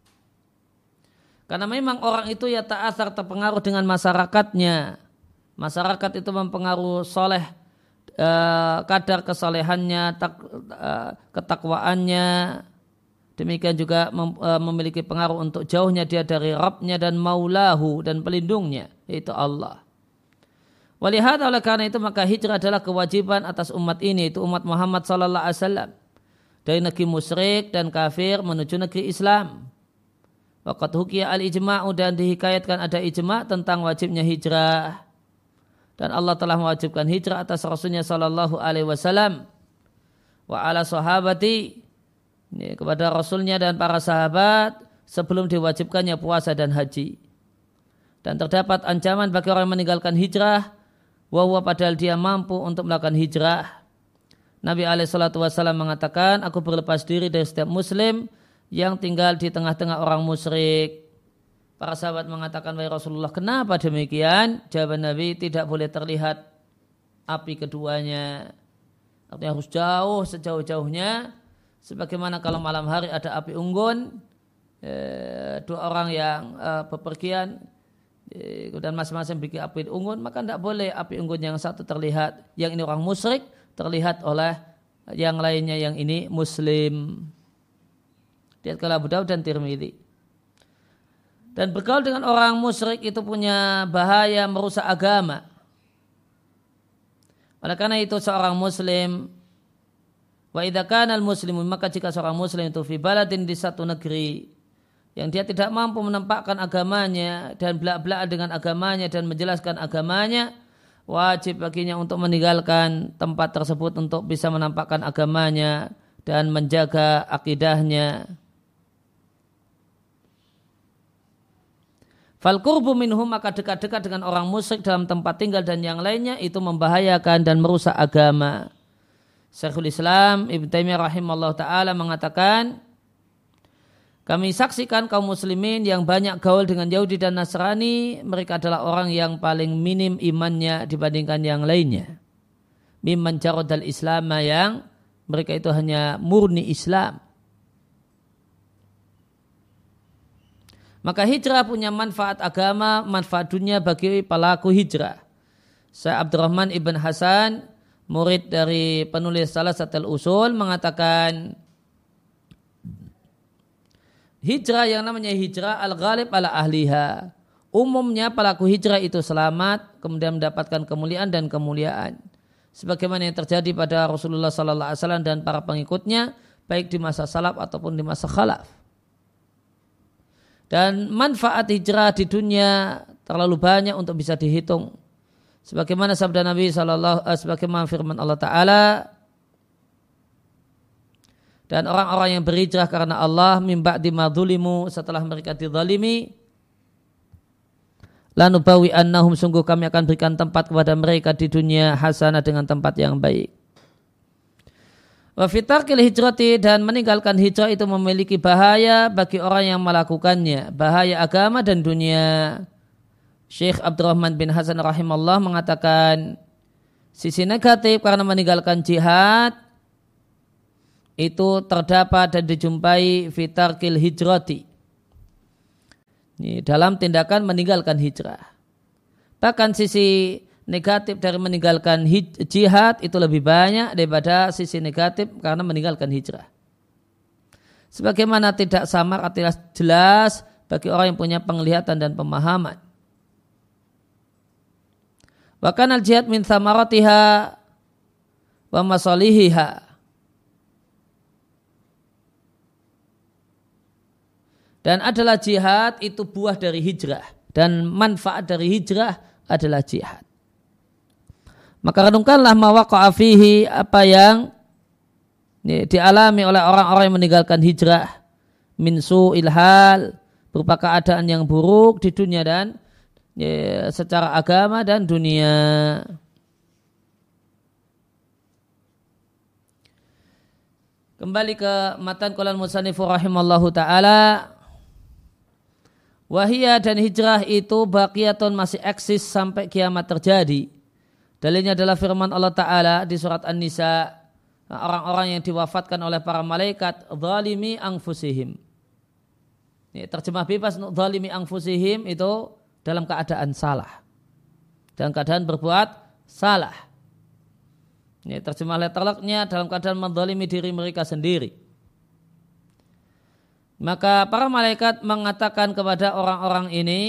Karena memang orang itu ya ta'athar, terpengaruh dengan masyarakatnya. Masyarakat itu mempengaruhi soleh, eh, kadar kesolehannya, tak, eh, ketakwaannya. Demikian juga mem, eh, memiliki pengaruh untuk jauhnya dia dari Rabbnya dan Maulahu dan pelindungnya, yaitu Allah. Walihada, oleh karena itu maka hijrah adalah kewajiban atas umat ini, itu umat Muhammad sallallahu alaihi wasallam, dari negeri musyrik dan kafir menuju negeri Islam. Waqad hukiya al-ijma'u, dan dihikayatkan ada ijma' tentang wajibnya hijrah. Dan Allah telah mewajibkan hijrah atas Rasulnya sallallahu alaihi wasallam wa ala sahabati, ini kepada Rasulnya dan para sahabat sebelum diwajibkannya puasa dan haji. Dan terdapat ancaman bagi orang yang meninggalkan hijrah, wahwa padahal dia mampu untuk melakukan hijrah. Nabi alaihi salatu wasallam mengatakan, aku berlepas diri dari setiap muslim yang tinggal di tengah-tengah orang musyrik. Para sahabat mengatakan, wahai Rasulullah, kenapa demikian? Jawaban Nabi, tidak boleh terlihat api keduanya. Artinya harus jauh sejauh-jauhnya. Sebagaimana kalau malam hari ada api unggun, eh, dua orang yang eh, bepergian, eh, dan masing-masing bikin api unggun, maka tidak boleh api unggun yang satu terlihat, yang ini orang musyrik, terlihat oleh yang lainnya yang ini muslim. Diriwayatkan Abu Daud dan Tirmidzi. Dan bergaul dengan orang musyrik itu punya bahaya merusak agama. Oleh karena itu seorang muslim, wa idza kana al-muslimu, maka jika seorang muslim itu fi baladin, di satu negeri yang dia tidak mampu menampakkan agamanya dan belak-belakan dengan agamanya dan menjelaskan agamanya, wajib baginya untuk meninggalkan tempat tersebut untuk bisa menampakkan agamanya dan menjaga akidahnya. Fal qurbu minhum, maka dekat-dekat dengan orang musyrik dalam tempat tinggal dan yang lainnya itu membahayakan dan merusak agama. Syekhul Islam Ibnu Taimiyah rahimahullah ta'ala mengatakan, kami saksikan kaum muslimin yang banyak gaul dengan Yahudi dan Nasrani, mereka adalah orang yang paling minim imannya dibandingkan yang lainnya. Mimman jaradal Islam, yang mereka itu hanya murni Islam. Maka hijrah punya manfaat agama, manfaat dunia bagi pelaku hijrah. Syekh Abdurrahman Ibn Hasan, murid dari penulis Salasatul Usul, mengatakan hijrah yang namanya hijrah al-ghalib ala ahliha. Umumnya pelaku hijrah itu selamat, kemudian mendapatkan kemuliaan dan kemuliaan. Sebagaimana yang terjadi pada Rasulullah sallallahu alaihi wasallam dan para pengikutnya, baik di masa salaf ataupun di masa khalaf. Dan manfaat hijrah di dunia terlalu banyak untuk bisa dihitung. Sebagaimana sabda Nabi sallallahu alaihi wasallam, sebagaimana firman Allah Ta'ala, dan orang-orang yang berhijrah karena Allah min ba'di ma dzulimu, setelah mereka dizalimi, lanubawi annahum, sungguh kami akan berikan tempat kepada mereka di dunia hasanah, dengan tempat yang baik. Wa fitarkil hijrati, dan meninggalkan hijrah itu memiliki bahaya bagi orang yang melakukannya, bahaya agama dan dunia. Syekh Abdurrahman bin Hasan rahimahullah mengatakan, sisi negatif karena meninggalkan jihad itu terdapat dan dijumpai fitarkil hijrati, ini dalam tindakan meninggalkan hijrah. Bahkan sisi negatif dari meninggalkan hij- jihad itu lebih banyak daripada sisi negatif karena meninggalkan hijrah. Sebagaimana tidak samar artinya jelas bagi orang yang punya penglihatan dan pemahaman. Wa kana al-jihad min thamaratiha wa masalihiha. Dan adalah jihad itu buah dari hijrah, dan manfaat dari hijrah adalah jihad. Maka renungkanlah ma waqa'a fihi, apa yang Ini dialami oleh orang-orang yang meninggalkan hijrah min su'il hal, berupa keadaan yang buruk di dunia dan ya, secara agama dan dunia. Kembali ke matan qala al-musannifu rahimallahu taala, wahiyah dan hijrah itu baqiyatun masih eksis sampai kiamat terjadi. Dalilnya adalah firman Allah Ta'ala di surat An-Nisa, orang-orang yang diwafatkan oleh para malaikat zalimi anfusihim. Ini terjemah bebas untuk zalimi anfusihim itu dalam keadaan salah, dalam keadaan berbuat salah. Ini terjemah letterlocknya dalam keadaan menzalimi diri mereka sendiri. Maka para malaikat mengatakan kepada orang-orang ini,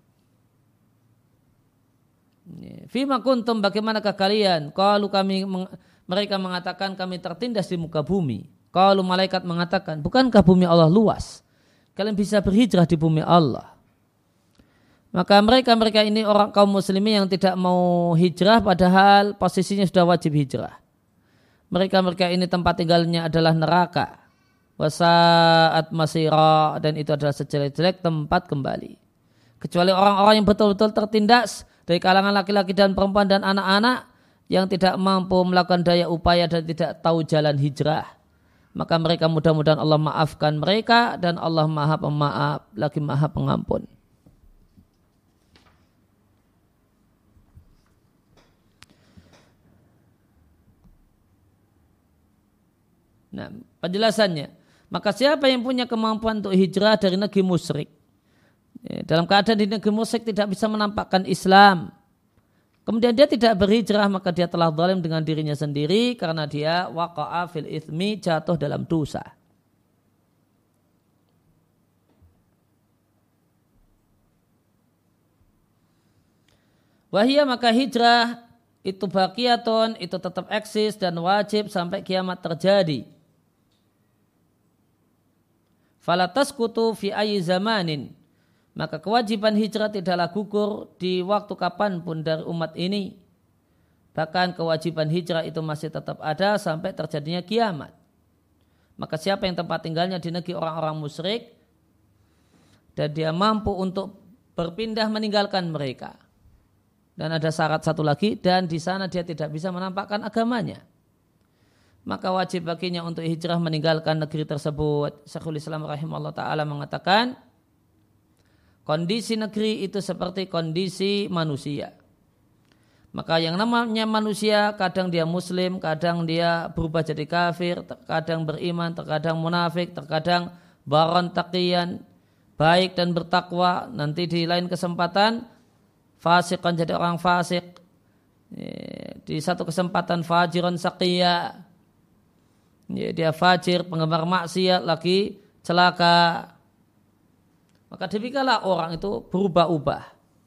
fima kuntum, bagaimanakah kalian? Qalu kami, mereka mengatakan kami tertindas di muka bumi. Qalu, malaikat mengatakan, bukankah bumi Allah luas? Kalian bisa berhijrah di bumi Allah. Maka mereka-mereka ini orang kaum muslimin yang tidak mau hijrah padahal posisinya sudah wajib hijrah. Mereka-mereka ini tempat tinggalnya adalah neraka. Wasaat masira, dan itu adalah sejelek-jelek tempat kembali. Kecuali orang-orang yang betul-betul tertindas dari kalangan laki-laki dan perempuan dan anak-anak yang tidak mampu melakukan daya upaya dan tidak tahu jalan hijrah. Maka mereka mudah-mudahan Allah maafkan mereka dan Allah maha pemaaf lagi maha pengampun. Nah, penjelasannya, maka siapa yang punya kemampuan untuk hijrah dari negeri musyrik, dalam keadaan di negeri musyrik tidak bisa menampakkan Islam, kemudian dia tidak berhijrah, maka dia telah zalim dengan dirinya sendiri karena dia waqa'a fil itsmi, jatuh dalam dosa. Wahia, maka hijrah itu baqiyatun, itu tetap eksis dan wajib sampai kiamat terjadi. Fala tasqutu fi ayyi zamanin, maka kewajiban hijrah tidaklah gugur di waktu kapanpun dari umat ini. Bahkan kewajiban hijrah itu masih tetap ada sampai terjadinya kiamat. Maka siapa yang tempat tinggalnya di negeri orang-orang musyrik dan dia mampu untuk berpindah meninggalkan mereka. Dan ada syarat satu lagi, dan di sana dia tidak bisa menampakkan agamanya, maka wajib baginya untuk hijrah meninggalkan negeri tersebut. Syekhul Islam rahimahullah ta'ala mengatakan, kondisi negeri itu seperti kondisi manusia. Maka yang namanya manusia, kadang dia muslim, kadang dia berubah jadi kafir, terkadang beriman, terkadang munafik, terkadang baron taqiyan, baik dan bertakwa, nanti di lain kesempatan fasik kan jadi orang fasik, di satu kesempatan fajiron saqiya, dia fajir, penggemar maksiat, lagi celaka. Maka demikianlah orang itu berubah-ubah.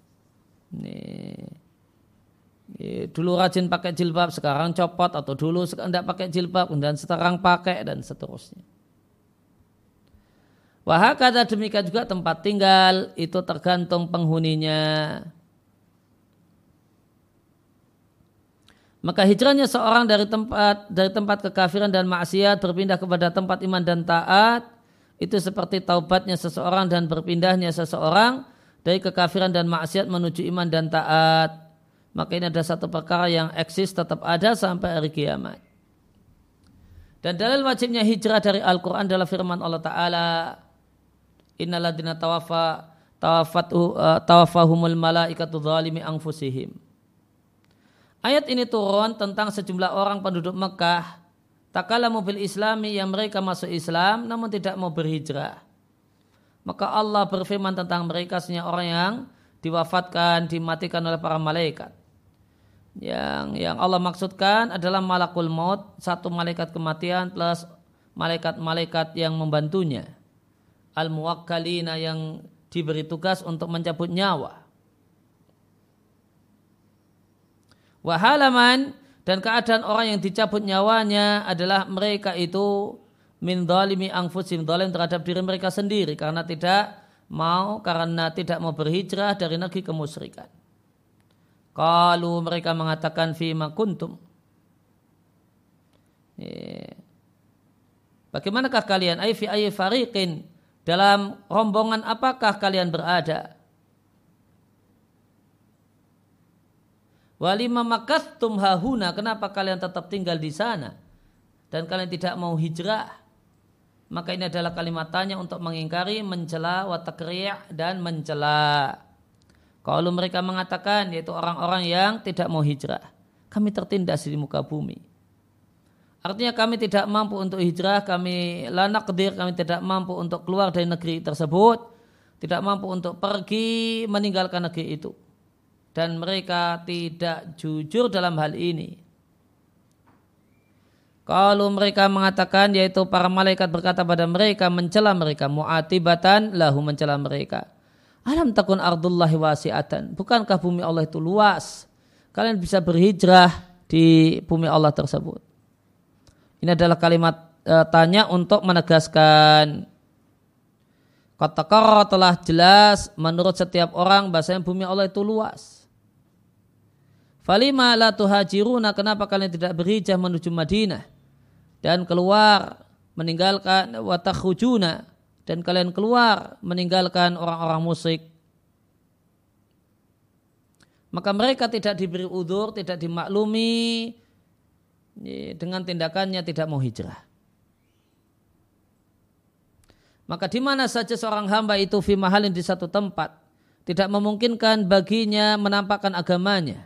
Dulu rajin pakai jilbab, sekarang copot, atau dulu tidak pakai jilbab, dan sekarang pakai, dan seterusnya. Wahakata, demikian juga tempat tinggal itu tergantung penghuninya. Maka hijrahnya seorang dari tempat dari tempat kekafiran dan maksiat berpindah kepada tempat iman dan taat itu seperti taubatnya seseorang dan berpindahnya seseorang dari kekafiran dan maksiat menuju iman dan taat. Maka ini ada satu perkara yang eksis tetap ada sampai hari kiamat. Dan dalil wajibnya hijrah dari Al-Quran adalah firman Allah Ta'ala, innal ladzina tawaffa tawaffatu tawaffahumul malaikatu dzalimi anfusihim. Ayat ini turun tentang sejumlah orang penduduk Mekah takalamu bil islami, yang mereka masuk Islam namun tidak mau berhijrah. Maka Allah berfirman tentang mereka, sesungguhnya orang yang diwafatkan, dimatikan oleh para malaikat. Yang yang Allah maksudkan adalah malakul maut, satu malaikat kematian plus malaikat-malaikat yang membantunya. Al-muwakkalina, yang diberi tugas untuk mencabut nyawa. Wahalaman, dan keadaan orang yang dicabut nyawanya adalah mereka itu min dzalimi anfusihim, zalim terhadap diri mereka sendiri karena tidak mau karena tidak mau berhijrah dari negeri kemusyrikan. Qalu, mereka mengatakan fima kuntum. Bagaimanakah kalian? Ay fi ayyi fariqin, dalam rombongan apakah kalian berada? Walima makastum hahuna, kenapa kalian tetap tinggal di sana dan kalian tidak mau hijrah? Maka ini adalah kalimat tanya untuk mengingkari, mencela, wa takri' dan mencela. Kalau mereka mengatakan, yaitu orang-orang yang tidak mau hijrah, kami tertindas di muka bumi. Artinya kami tidak mampu untuk hijrah, kami la naqdir, kami tidak mampu untuk keluar dari negeri tersebut, tidak mampu untuk pergi meninggalkan negeri itu. Dan mereka tidak jujur dalam hal ini. Kalau mereka mengatakan, yaitu para malaikat berkata pada mereka, mencela mereka, mu'atibatan lahu, mencela mereka. Alam takun ardullahi wasi'atan, bukankah bumi Allah itu luas? Kalian bisa berhijrah di bumi Allah tersebut. Ini adalah kalimat e, tanya untuk menegaskan. Kata-kata telah jelas menurut setiap orang bahasanya bumi Allah itu luas. Falima la tuhajiruna, kenapa kalian tidak berhijrah menuju Madinah dan keluar meninggalkan wa takhujuna, dan kalian keluar meninggalkan orang-orang musyrik? Maka mereka tidak diberi udzur, tidak dimaklumi dengan tindakannya tidak mau hijrah. Maka di mana saja seorang hamba itu fi mahalin, di satu tempat, tidak memungkinkan baginya menampakkan agamanya.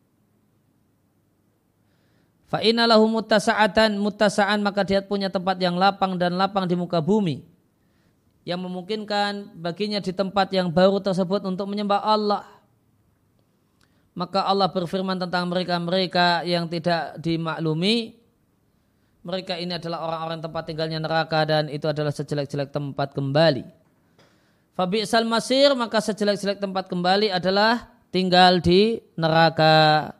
Fa inna lahu muttasa'atan, muttasa'an, maka dia punya tempat yang lapang dan lapang di muka bumi, yang memungkinkan baginya di tempat yang baru tersebut untuk menyembah Allah. Maka Allah berfirman tentang mereka-mereka yang tidak dimaklumi, mereka ini adalah orang-orang tempat tinggalnya neraka dan itu adalah sejelek-jelek tempat kembali. Fa bi'sal masir, maka sejelek-jelek tempat kembali adalah tinggal di neraka.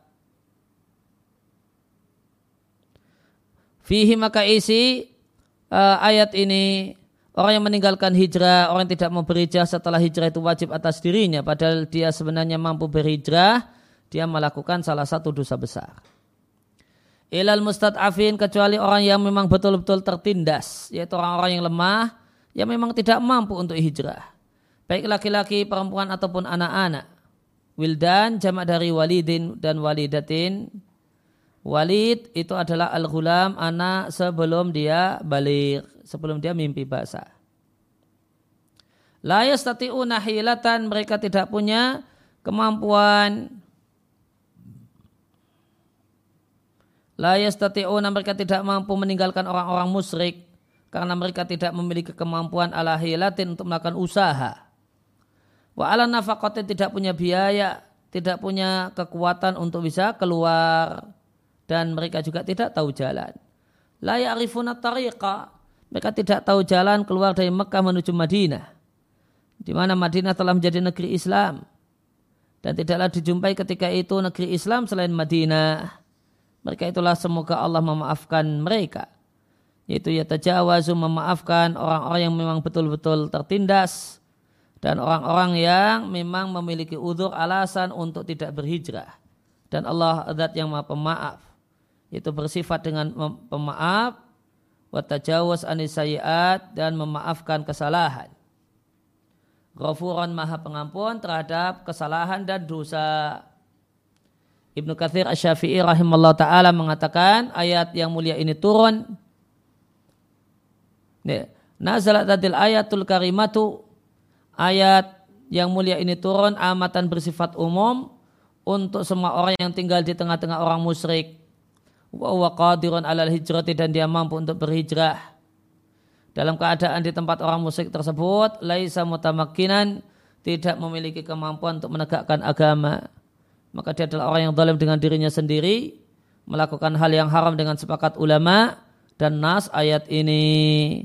Fihi, maka isi uh, ayat ini, orang yang meninggalkan hijrah, orang yang tidak mau berhijrah setelah hijrah itu wajib atas dirinya, padahal dia sebenarnya mampu berhijrah, dia melakukan salah satu dosa besar. Ilal mustad'afin, kecuali orang yang memang betul-betul tertindas, yaitu orang-orang yang lemah, yang memang tidak mampu untuk hijrah, baik laki-laki, perempuan ataupun anak-anak. Wildan jamak dari walidin dan walidatin. Walid itu adalah al-ghulam, anak sebelum dia baligh, sebelum dia mimpi basah. La yastati'una hilatan, mereka tidak punya kemampuan. La yastati'una, mereka tidak mampu meninggalkan orang-orang musyrik karena mereka tidak memiliki kemampuan ala hilatin untuk melakukan usaha. Wa ala nafaqatin, tidak punya biaya, tidak punya kekuatan untuk bisa keluar. Dan mereka juga tidak tahu jalan. La ya'rifuna tariqa, mereka tidak tahu jalan keluar dari Mekah menuju Madinah, di mana Madinah telah menjadi negeri Islam dan tidaklah dijumpai ketika itu negeri Islam selain Madinah. Mereka itulah semoga Allah memaafkan mereka, yaitu yatajawazu, memaafkan orang-orang yang memang betul-betul tertindas dan orang-orang yang memang memiliki udzur, alasan untuk tidak berhijrah. Dan Allah zat yang Maha Pemaaf, itu bersifat dengan pemaaf, wa tajawuz anis sayyi'at, dan memaafkan kesalahan. Ghafuran, maha pengampun terhadap kesalahan dan dosa. Ibnu Katsir Asy-Syafi'i rahimallahu ta'ala mengatakan, ayat yang mulia ini turun, nazalat hadil ayatul karimatu, ayat yang mulia ini turun amatan, bersifat umum untuk semua orang yang tinggal di tengah-tengah orang musyrik. Wa huwa qadirun alal hijrati, dan dia mampu untuk berhijrah dalam keadaan di tempat orang musyrik tersebut laisa mutamakkinan, tidak memiliki kemampuan untuk menegakkan agama, maka dia adalah orang yang zalim dengan dirinya sendiri, melakukan hal yang haram dengan sepakat ulama dan nas ayat ini.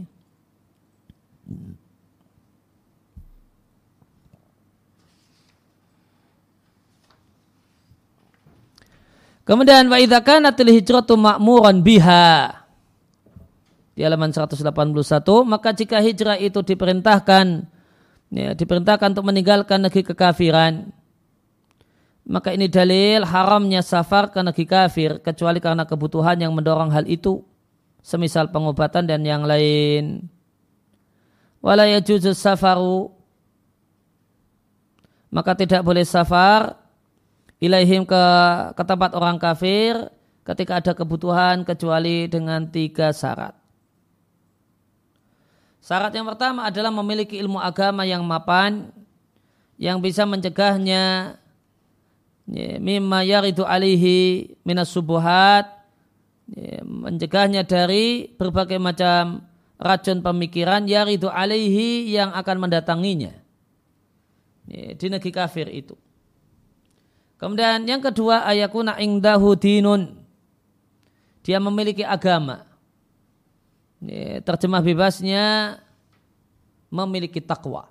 Kemudian wa idza kanatil hijratu ma'muran biha, di halaman seratus delapan puluh satu, maka jika hijrah itu diperintahkan, ya, diperintahkan untuk meninggalkan negeri kekafiran, maka ini dalil haramnya safar ke negeri kafir, kecuali karena kebutuhan yang mendorong hal itu, semisal pengobatan dan yang lain. Wala yajuzu safaru, maka tidak boleh safar ilaihim ke, ke tempat orang kafir ketika ada kebutuhan kecuali dengan tiga syarat. Syarat yang pertama adalah memiliki ilmu agama yang mapan, yang bisa mencegahnya mimma yaridu alihi minas subuhat, mencegahnya dari berbagai macam racun pemikiran yaridu alaihi yang akan mendatanginya di negeri kafir itu. Kemudian yang kedua, ayakuna ingdahu dinun, dia memiliki agama. Terjemah bebasnya memiliki takwa,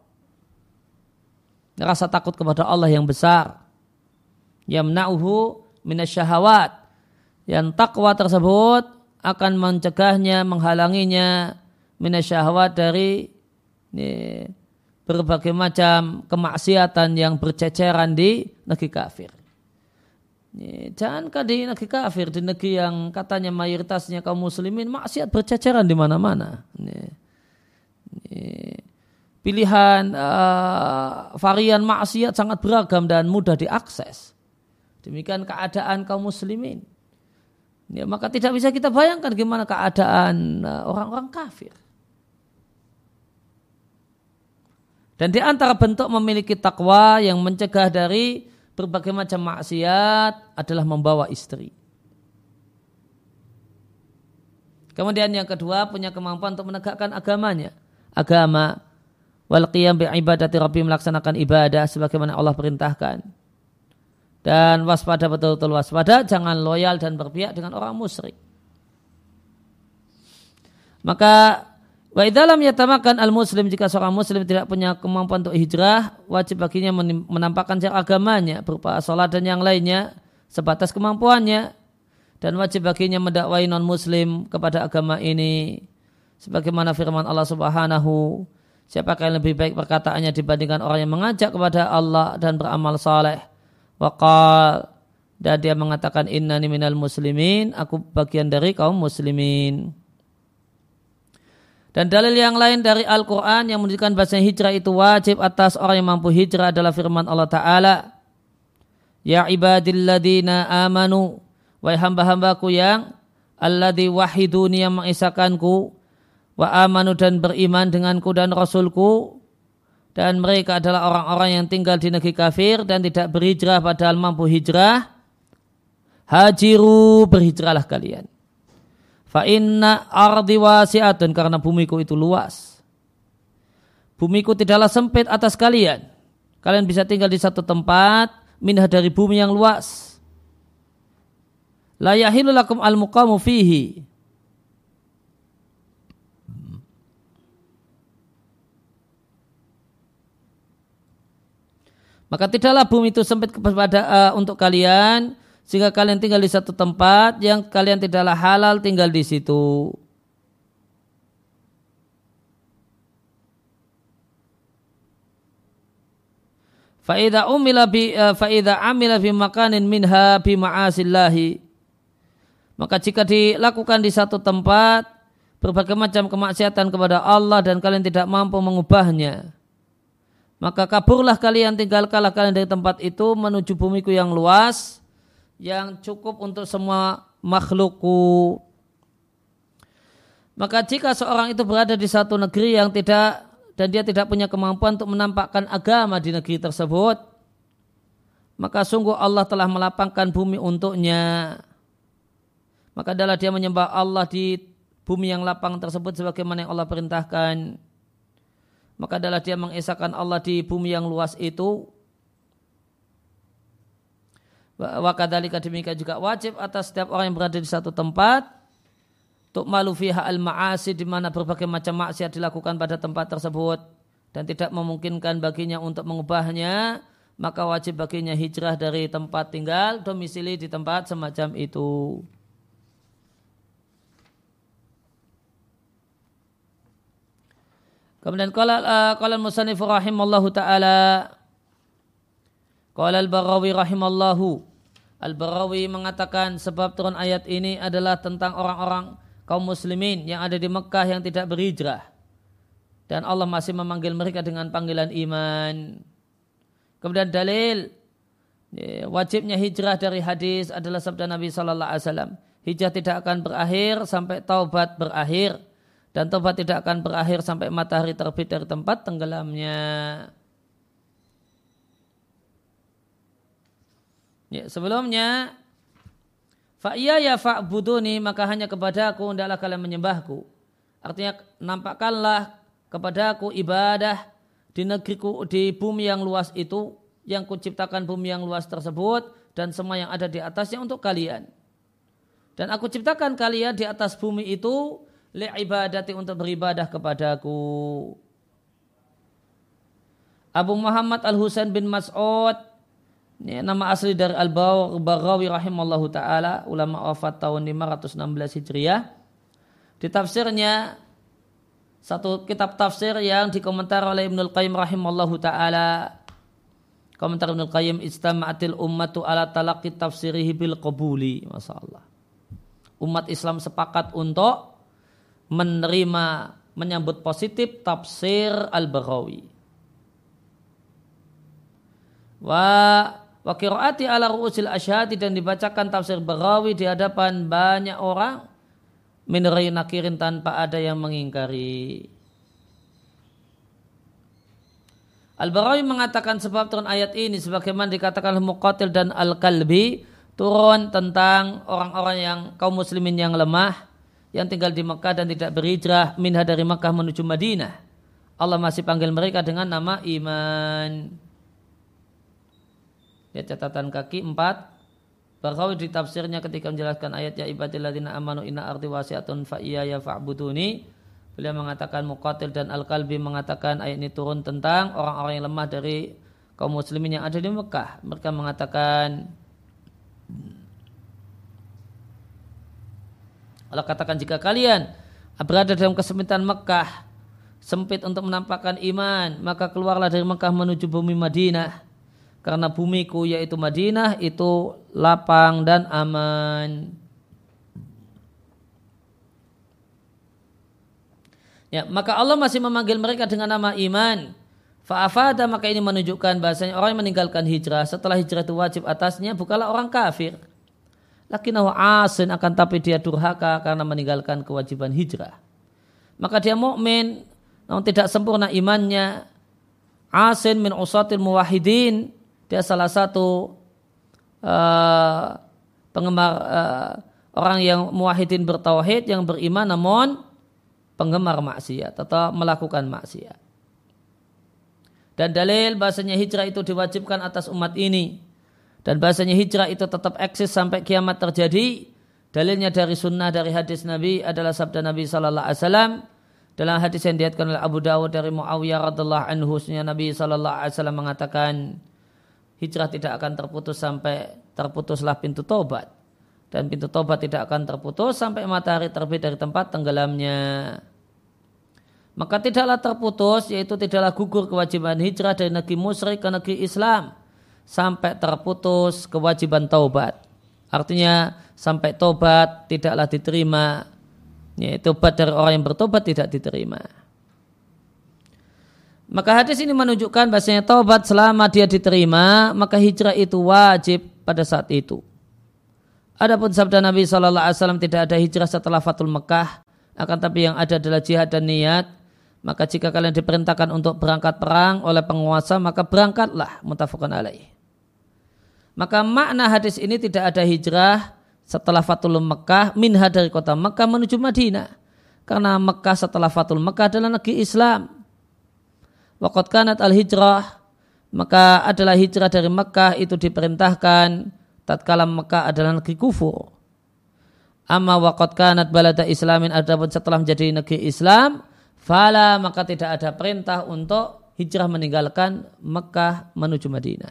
rasa takut kepada Allah yang besar. Yamna'uhu minasyahawat, yang takwa tersebut akan mencegahnya, menghalanginya minasyahawat dari ini, berbagai macam kemaksiatan yang berceceran di negeri kafir. Ini, jangankan di negeri kafir, di negeri yang katanya mayoritasnya kaum muslimin, maksiat berceceran di mana-mana. Ini, ini, pilihan uh, varian maksiat sangat beragam dan mudah diakses. Demikian keadaan kaum muslimin. Ya, maka tidak bisa kita bayangkan gimana keadaan uh, orang-orang kafir. Dan di antara bentuk memiliki takwa yang mencegah dari berbagai macam maksiat adalah membawa istri. Kemudian yang kedua, punya kemampuan untuk menegakkan agamanya. Agama wal qiyam bi ibadati rabbi, melaksanakan ibadah sebagaimana Allah perintahkan. Dan waspada, betul-betul waspada, jangan loyal dan berpihak dengan orang musyrik. Maka wa idzalam yatamakan al-muslim, jika seorang muslim tidak punya kemampuan untuk hijrah, wajib baginya menampakkan cara agamanya berupa salat dan yang lainnya sebatas kemampuannya, dan wajib baginya mendakwai non-muslim kepada agama ini sebagaimana firman Allah Subhanahu, siapakah yang lebih baik perkataannya dibandingkan orang yang mengajak kepada Allah dan beramal saleh. Waqal, dan dia mengatakan innani minal muslimin, aku bagian dari kaum muslimin. Dan dalil yang lain dari Al-Quran yang menunjukkan bahasa hijrah itu wajib atas orang yang mampu hijrah adalah firman Allah Ta'ala, ya ibadilladina amanu, wahai hamba-hambaku yang alladhi wahiduni, yang mengisahkanku, wa amanu, dan beriman denganku dan Rasulku, dan mereka adalah orang-orang yang tinggal di negeri kafir dan tidak berhijrah padahal mampu hijrah. Hajiru, berhijrahlah kalian. Fa inna ardi wasi'atun, karena bumiku itu luas. Bumiku tidaklah sempit atas kalian. Kalian bisa tinggal di satu tempat minha, dari bumi yang luas. La yahilu lakum al-muqamu fihi, maka tidaklah bumi itu sempit kepada uh, untuk kalian sehingga kalian tinggal di satu tempat yang kalian tidaklah halal tinggal di situ. Fa idza umila bi uh, fa idza amila fi makanin minha bi ma'asillahi, maka jika dilakukan di satu tempat berbagai macam kemaksiatan kepada Allah dan kalian tidak mampu mengubahnya, maka kaburlah kalian, tinggalkanlah kalian dari tempat itu menuju bumiku yang luas, yang cukup untuk semua makhlukku. Maka jika seorang itu berada di satu negeri yang tidak, dan dia tidak punya kemampuan untuk menampakkan agama di negeri tersebut, maka sungguh Allah telah melapangkan bumi untuknya. Maka adalah dia menyembah Allah di bumi yang lapang tersebut sebagaimana yang Allah perintahkan. Maka adalah dia mengesahkan Allah di bumi yang luas itu. Wa kadzalika, demikian juga wajib atas setiap orang yang berada di satu tempat untuk malu fiha al-ma'asi, di mana berbagai macam maksiat dilakukan pada tempat tersebut dan tidak memungkinkan baginya untuk mengubahnya, maka wajib baginya hijrah dari tempat tinggal, domisili di tempat semacam itu. Kemudian qala qala al-musannif rahimallahu taala, qala al-Baghawi rahimallahu, al-Baghawi mengatakan sebab turun ayat ini adalah tentang orang-orang kaum muslimin yang ada di Mekah yang tidak berhijrah. Dan Allah masih memanggil mereka dengan panggilan iman. Kemudian dalil wajibnya hijrah dari hadis adalah sabda Nabi sallallahu alaihi wasallam. Hijrah tidak akan berakhir sampai taubat berakhir. Dan taubat tidak akan berakhir sampai matahari terbit dari tempat tenggelamnya. Ya, sebelumnya fa'iyya ya fa'buduni, maka hanya kepadaku hendaklah kalian menyembahku. Artinya nampakkanlah kepadaku ibadah di negeriku, di bumi yang luas itu, yang kuciptakan bumi yang luas tersebut dan semua yang ada di atasnya untuk kalian. Dan aku ciptakan kalian di atas bumi itu li'ibadati, untuk beribadah kepadaku. Abu Muhammad Al-Husain bin Mas'ud, ini nama asli dari Al-Baghawi rahimallahu ta'ala, ulama wafat tahun lima ratus enam belas Hijriah. Di tafsirnya, satu kitab tafsir yang dikomentar oleh Ibnul Qayyim rahimallahu ta'ala. Komentar Ibnul Qayyim, istama'atil ummatu ala talaqi tafsirihi bil qabuli. Masya Allah. Umat Islam sepakat untuk menerima, menyambut positif tafsir Al-Baghawi. Wa wa qiraati ala ru'usil asyhadi, dan dibacakan tafsir Baghawi di hadapan banyak orang min ghairi nakirin, tanpa ada yang mengingkari. Al-Baghawi mengatakan sebab turun ayat ini sebagaimana dikatakan Muqatil dan Al-Kalbi, turun tentang orang-orang yang kaum muslimin yang lemah yang tinggal di Mekah dan tidak berhijrah minha dari Mekah menuju Madinah. Allah masih panggil mereka dengan nama iman. Ya, catatan kaki empat. Baghawi di tafsirnya ketika menjelaskan ayat ya ibadilladzina amanu inna ardi wasi'atun fa iyaya fa'buduni, beliau mengatakan, Muqatil dan Al-Kalbi mengatakan ayat ini turun tentang orang-orang yang lemah dari kaum muslimin yang ada di Mekah. Mereka mengatakan, Allah katakan, jika kalian berada dalam kesempitan Mekah, sempit untuk menampakkan iman, maka keluarlah dari Mekah menuju bumi Madinah. Karena bumiku yaitu Madinah itu lapang dan aman. Ya, maka Allah masih memanggil mereka dengan nama iman. Fa'afada, maka ini menunjukkan bahasanya orang yang meninggalkan hijrah setelah hijrah itu wajib atasnya bukanlah orang kafir. Lakinahu asin, akan tapi dia durhaka karena meninggalkan kewajiban hijrah. Maka dia mukmin namun tidak sempurna imannya. Asin min usatil muwahhidin, dia salah satu uh, penggemar uh, orang yang muwahhidin bertauhid, yang beriman namun penggemar maksiat atau melakukan maksiat. Dan dalil bahasanya hijrah itu diwajibkan atas umat ini, dan bahasanya hijrah itu tetap eksis sampai kiamat terjadi, dalilnya dari sunnah, dari hadis Nabi adalah sabda Nabi sallallahu alaihi wasallam dalam hadis yang diriwayatkan oleh Abu Dawud dari Muawiyah radhiyallahu anhu, Nabi sallallahu alaihi wasallam mengatakan, hijrah tidak akan terputus sampai terputuslah pintu taubat, dan pintu taubat tidak akan terputus sampai matahari terbit dari tempat tenggelamnya. Maka tidaklah terputus, yaitu tidaklah gugur kewajiban hijrah dari negeri musyrik ke negeri Islam sampai terputus kewajiban taubat. Artinya sampai taubat tidaklah diterima, yaitu taubat dari orang yang bertobat tidak diterima. Maka hadis ini menunjukkan bahasanya taubat selama dia diterima, maka hijrah itu wajib pada saat itu. Adapun sabda Nabi shallallahu alaihi wasallam tidak ada hijrah setelah Fathul Mekah, akan tapi yang ada adalah jihad dan niat. Maka jika kalian diperintahkan untuk berangkat perang oleh penguasa, maka berangkatlah, muttafaqun alaih. Maka makna hadis ini tidak ada hijrah setelah Fathul Mekah minha dari kota Mekah menuju Madinah. Karena Mekah setelah Fathul Mekah adalah negeri Islam. Waqad kanat al-hijrah, maka adalah hijrah dari Mekah itu diperintahkan tatkala Mekah adalah negeri kufur. Amma waqad kanat balada islamin, adapun setelah menjadi negeri Islam, fala, maka tidak ada perintah untuk hijrah meninggalkan Mekah menuju Madinah.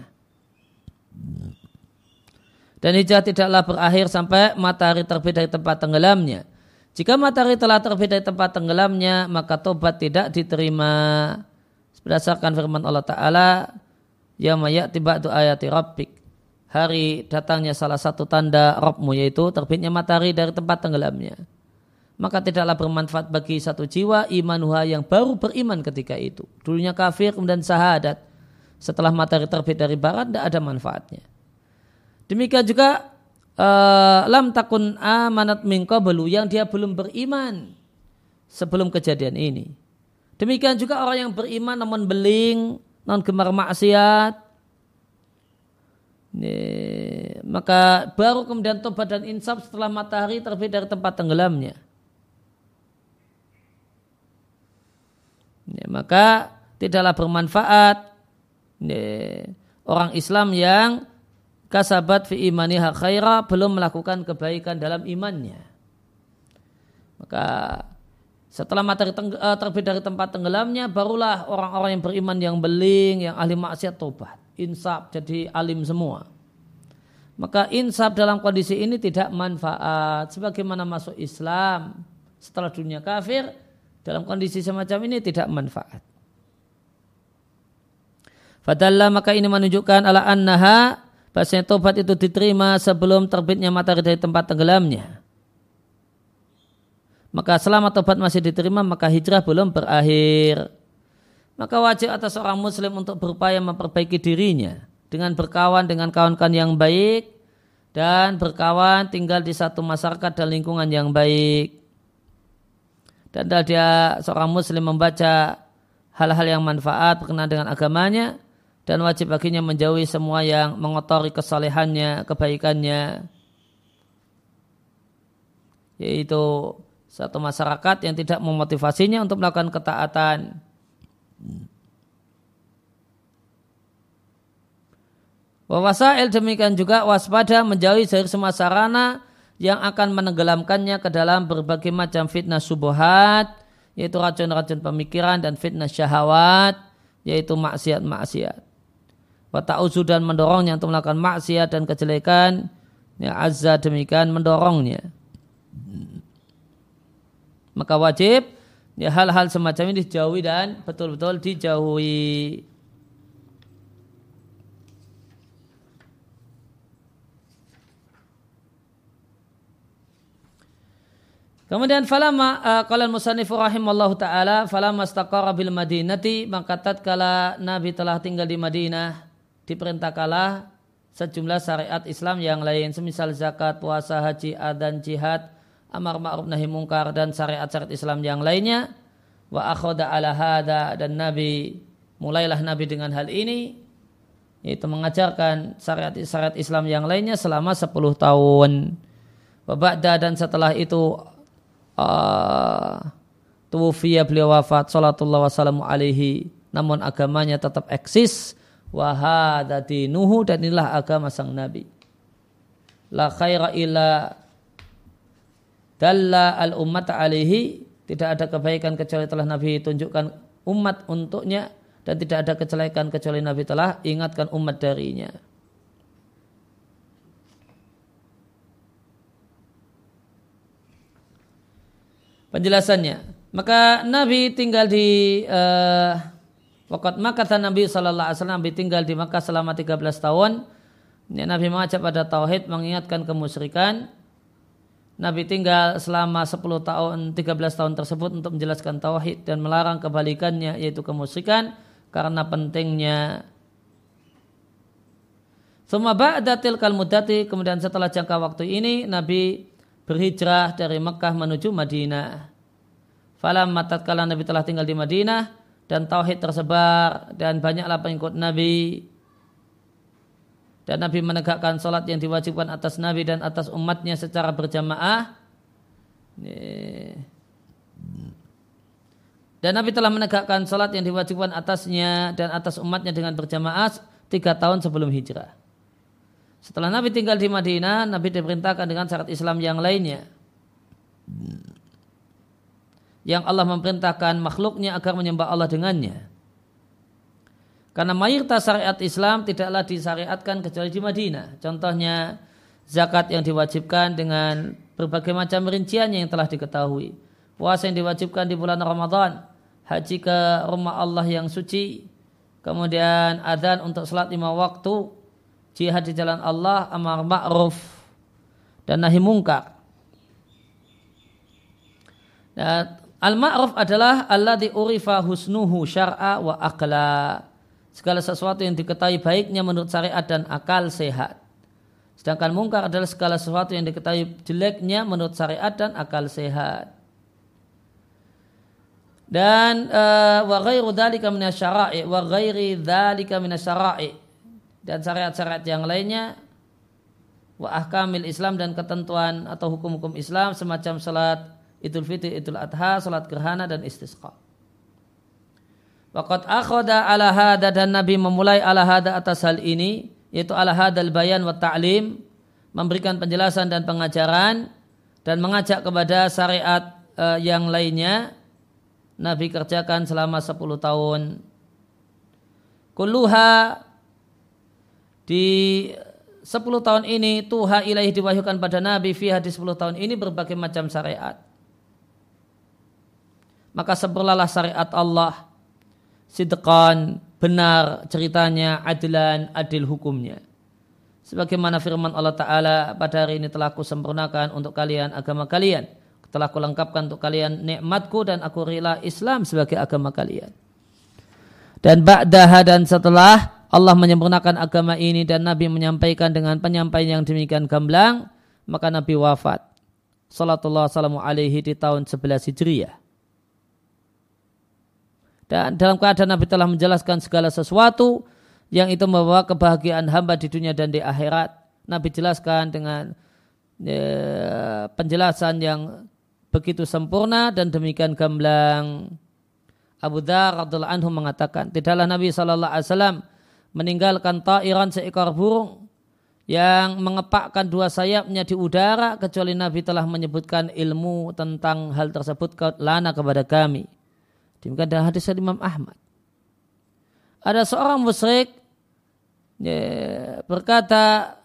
Dan hijrah tidaklah berakhir sampai matahari terbit dari tempat tenggelamnya. Jika matahari telah terbit dari tempat tenggelamnya, maka tobat tidak diterima. Berdasarkan firman Allah Ta'ala, yauma ya'ti ba'du ayati rabbik, hari datangnya salah satu tanda Rabbmu, yaitu terbitnya matahari dari tempat tenggelamnya. maka tidaklah bermanfaat bagi satu jiwa imanuha yang baru beriman ketika itu. Dulunya kafir kemudian syahadat. Setelah matahari terbit dari barat tidak ada manfaatnya. Demikian juga uh, lam takun amanat min qablu, yang dia belum beriman sebelum kejadian ini. Demikian juga orang yang beriman namun beling, non gemar maksiat, ini, maka baru kemudian tobat dan insaf setelah matahari terbit dari tempat tenggelamnya. Ini, maka tidaklah bermanfaat ini, orang Islam yang kasabat fi imaniha khaira, belum melakukan kebaikan dalam imannya. Maka setelah matahari terbit dari tempat tenggelamnya, barulah orang-orang yang beriman yang beling, yang ahli maksiat tobat, insaf, jadi alim semua. Maka insaf dalam kondisi ini tidak manfaat. Sebagaimana masuk Islam setelah dunia kafir, dalam kondisi semacam ini tidak manfaat. Fadalla, maka ini menunjukkan ala annaha, bahasanya tobat itu diterima sebelum terbitnya matahari dari tempat tenggelamnya. Maka selama tobat masih diterima, maka hijrah belum berakhir. Maka wajib atas seorang muslim untuk berupaya memperbaiki dirinya dengan berkawan dengan kawan-kawan yang baik dan berkawan tinggal di satu masyarakat dan lingkungan yang baik. Dan dia seorang muslim membaca hal-hal yang manfaat berkenaan dengan agamanya, dan wajib baginya menjauhi semua yang mengotori kesalehannya, kebaikannya, yaitu satu masyarakat yang tidak memotivasinya untuk melakukan ketaatan. Wawasail, demikian juga waspada menjauhi dari semua sarana yang akan menenggelamkannya ke dalam berbagai macam fitnah subuhat, yaitu racun-racun pemikiran, dan fitnah syahwat, yaitu maksiat-maksiat. Wa ta'uzu, dan mendorongnya untuk melakukan maksiat dan kejelekan, ya azza, demikian mendorongnya. Maka wajib ya hal-hal semacam ini dijauhi dan betul-betul dijauhi. Kemudian falama uh, qala al-musannif rahimallahu taala falama istaqara bil madinati, maka tatkala Nabi telah tinggal di Madinah, diperintahkanlah sejumlah syariat Islam yang lain, semisal zakat, puasa, haji, adzan, jihad, amar ma'ruf nahi mungkar, dan syariat-syariat Islam yang lainnya. Wa akhadha ala hada, dan Nabi mulailah Nabi dengan hal ini, yaitu mengajarkan syariat-syariat Islam yang lainnya selama sepuluh tahun. Wa ba'da, dan setelah itu uh, tuwfiya, beliau wafat, salatullah wassalamu alaihi, namun agamanya tetap eksis. Wa hadza dinuhu, dan inilah agama sang Nabi. La khaira illa dalla al-ummata alaihi, tidak ada kebaikan kecuali telah Nabi tunjukkan umat untuknya, dan tidak ada kejelekan kecuali Nabi telah ingatkan umat darinya. Penjelasannya, maka Nabi tinggal di uh, waqat Makkah, Nabi sallallahu alaihi wasallam Nabi tinggal di Makkah selama tiga belas tahun. Nabi mengajak pada tauhid, mengingatkan kemusyrikan. Nabi tinggal selama sepuluh tahun, tiga belas tahun tersebut untuk menjelaskan tauhid dan melarang kebalikannya, yaitu kemusyrikan, karena pentingnya. Tsumma ba'da tilkal muddati, kemudian setelah jangka waktu ini Nabi berhijrah dari Mekah menuju Madinah. Falamma tatkala Nabi telah tinggal di Madinah dan tauhid tersebar dan banyaklah pengikut Nabi, dan Nabi menegakkan salat yang diwajibkan atas Nabi dan atas umatnya secara berjamaah. Dan Nabi telah menegakkan salat yang diwajibkan atasnya dan atas umatnya dengan berjamaah tiga tahun sebelum hijrah. Setelah Nabi tinggal di Madinah, Nabi diperintahkan dengan syarat Islam yang lainnya, yang Allah memerintahkan makhluknya agar menyembah Allah dengannya. Karena mayoritas syariat Islam tidaklah disyariatkan kecuali di Madinah. Contohnya zakat yang diwajibkan dengan berbagai macam rinciannya yang telah diketahui. Puasa yang diwajibkan di bulan Ramadan, haji ke rumah Allah yang suci, kemudian adzan untuk salat lima waktu, jihad di jalan Allah, amar ma'ruf dan nahi mungkar. Nah, al-ma'ruf adalah alladzi urifa husnuhu syar'a wa aqla. Segala sesuatu yang diketahui baiknya menurut syariat dan akal sehat. Sedangkan mungkar adalah segala sesuatu yang diketahui jeleknya menurut syariat dan akal sehat. Dan wa ghairu dzalika minasyara'i wa ghairi dzalika minasyara'i, dan syariat-syariat yang lainnya, wa ahkamil Islam, dan ketentuan atau hukum-hukum Islam semacam salat Idul Fitri, Idul Adha, salat gerhana dan istisqa. Waqad akhadha ala hada, dan Nabi memulai ala hada atas hal ini, yaitu ala hadal bayan wa ta'lim, memberikan penjelasan dan pengajaran dan mengajak kepada syariat uh, yang lainnya. Nabi kerjakan selama sepuluh tahun. Kulluha, di sepuluh tahun ini, tuha ilaihi, diwahyukan pada Nabi, fiha, di sepuluh tahun ini berbagai macam syariat. Maka sempurnalah syariat Allah, sidqan, benar ceritanya, adlan, adil hukumnya. Sebagaimana firman Allah Ta'ala, pada hari ini telah aku sempurnakan untuk kalian agama kalian, telah aku lengkapkan untuk kalian nikmatku, dan aku rela Islam sebagai agama kalian. Dan ba'daha, dan setelah Allah menyempurnakan agama ini dan Nabi menyampaikan dengan penyampaian yang demikian gamblang, maka Nabi wafat sallallahu salamu alaihi di tahun sebelas Hijriyah. Dan dalam keadaan Nabi telah menjelaskan segala sesuatu yang itu membawa kebahagiaan hamba di dunia dan di akhirat. Nabi jelaskan dengan ya, penjelasan yang begitu sempurna dan demikian gamblang. Abu Dzar radhiyallahu anhu mengatakan, tidaklah Nabi sallallahu alaihi wasallam meninggalkan ta'iran, seekor burung yang mengepakkan dua sayapnya di udara, kecuali Nabi telah menyebutkan ilmu tentang hal tersebut lana kepada kami. Demikian dalam hadis Imam Ahmad. Ada seorang musyrik ya, berkata,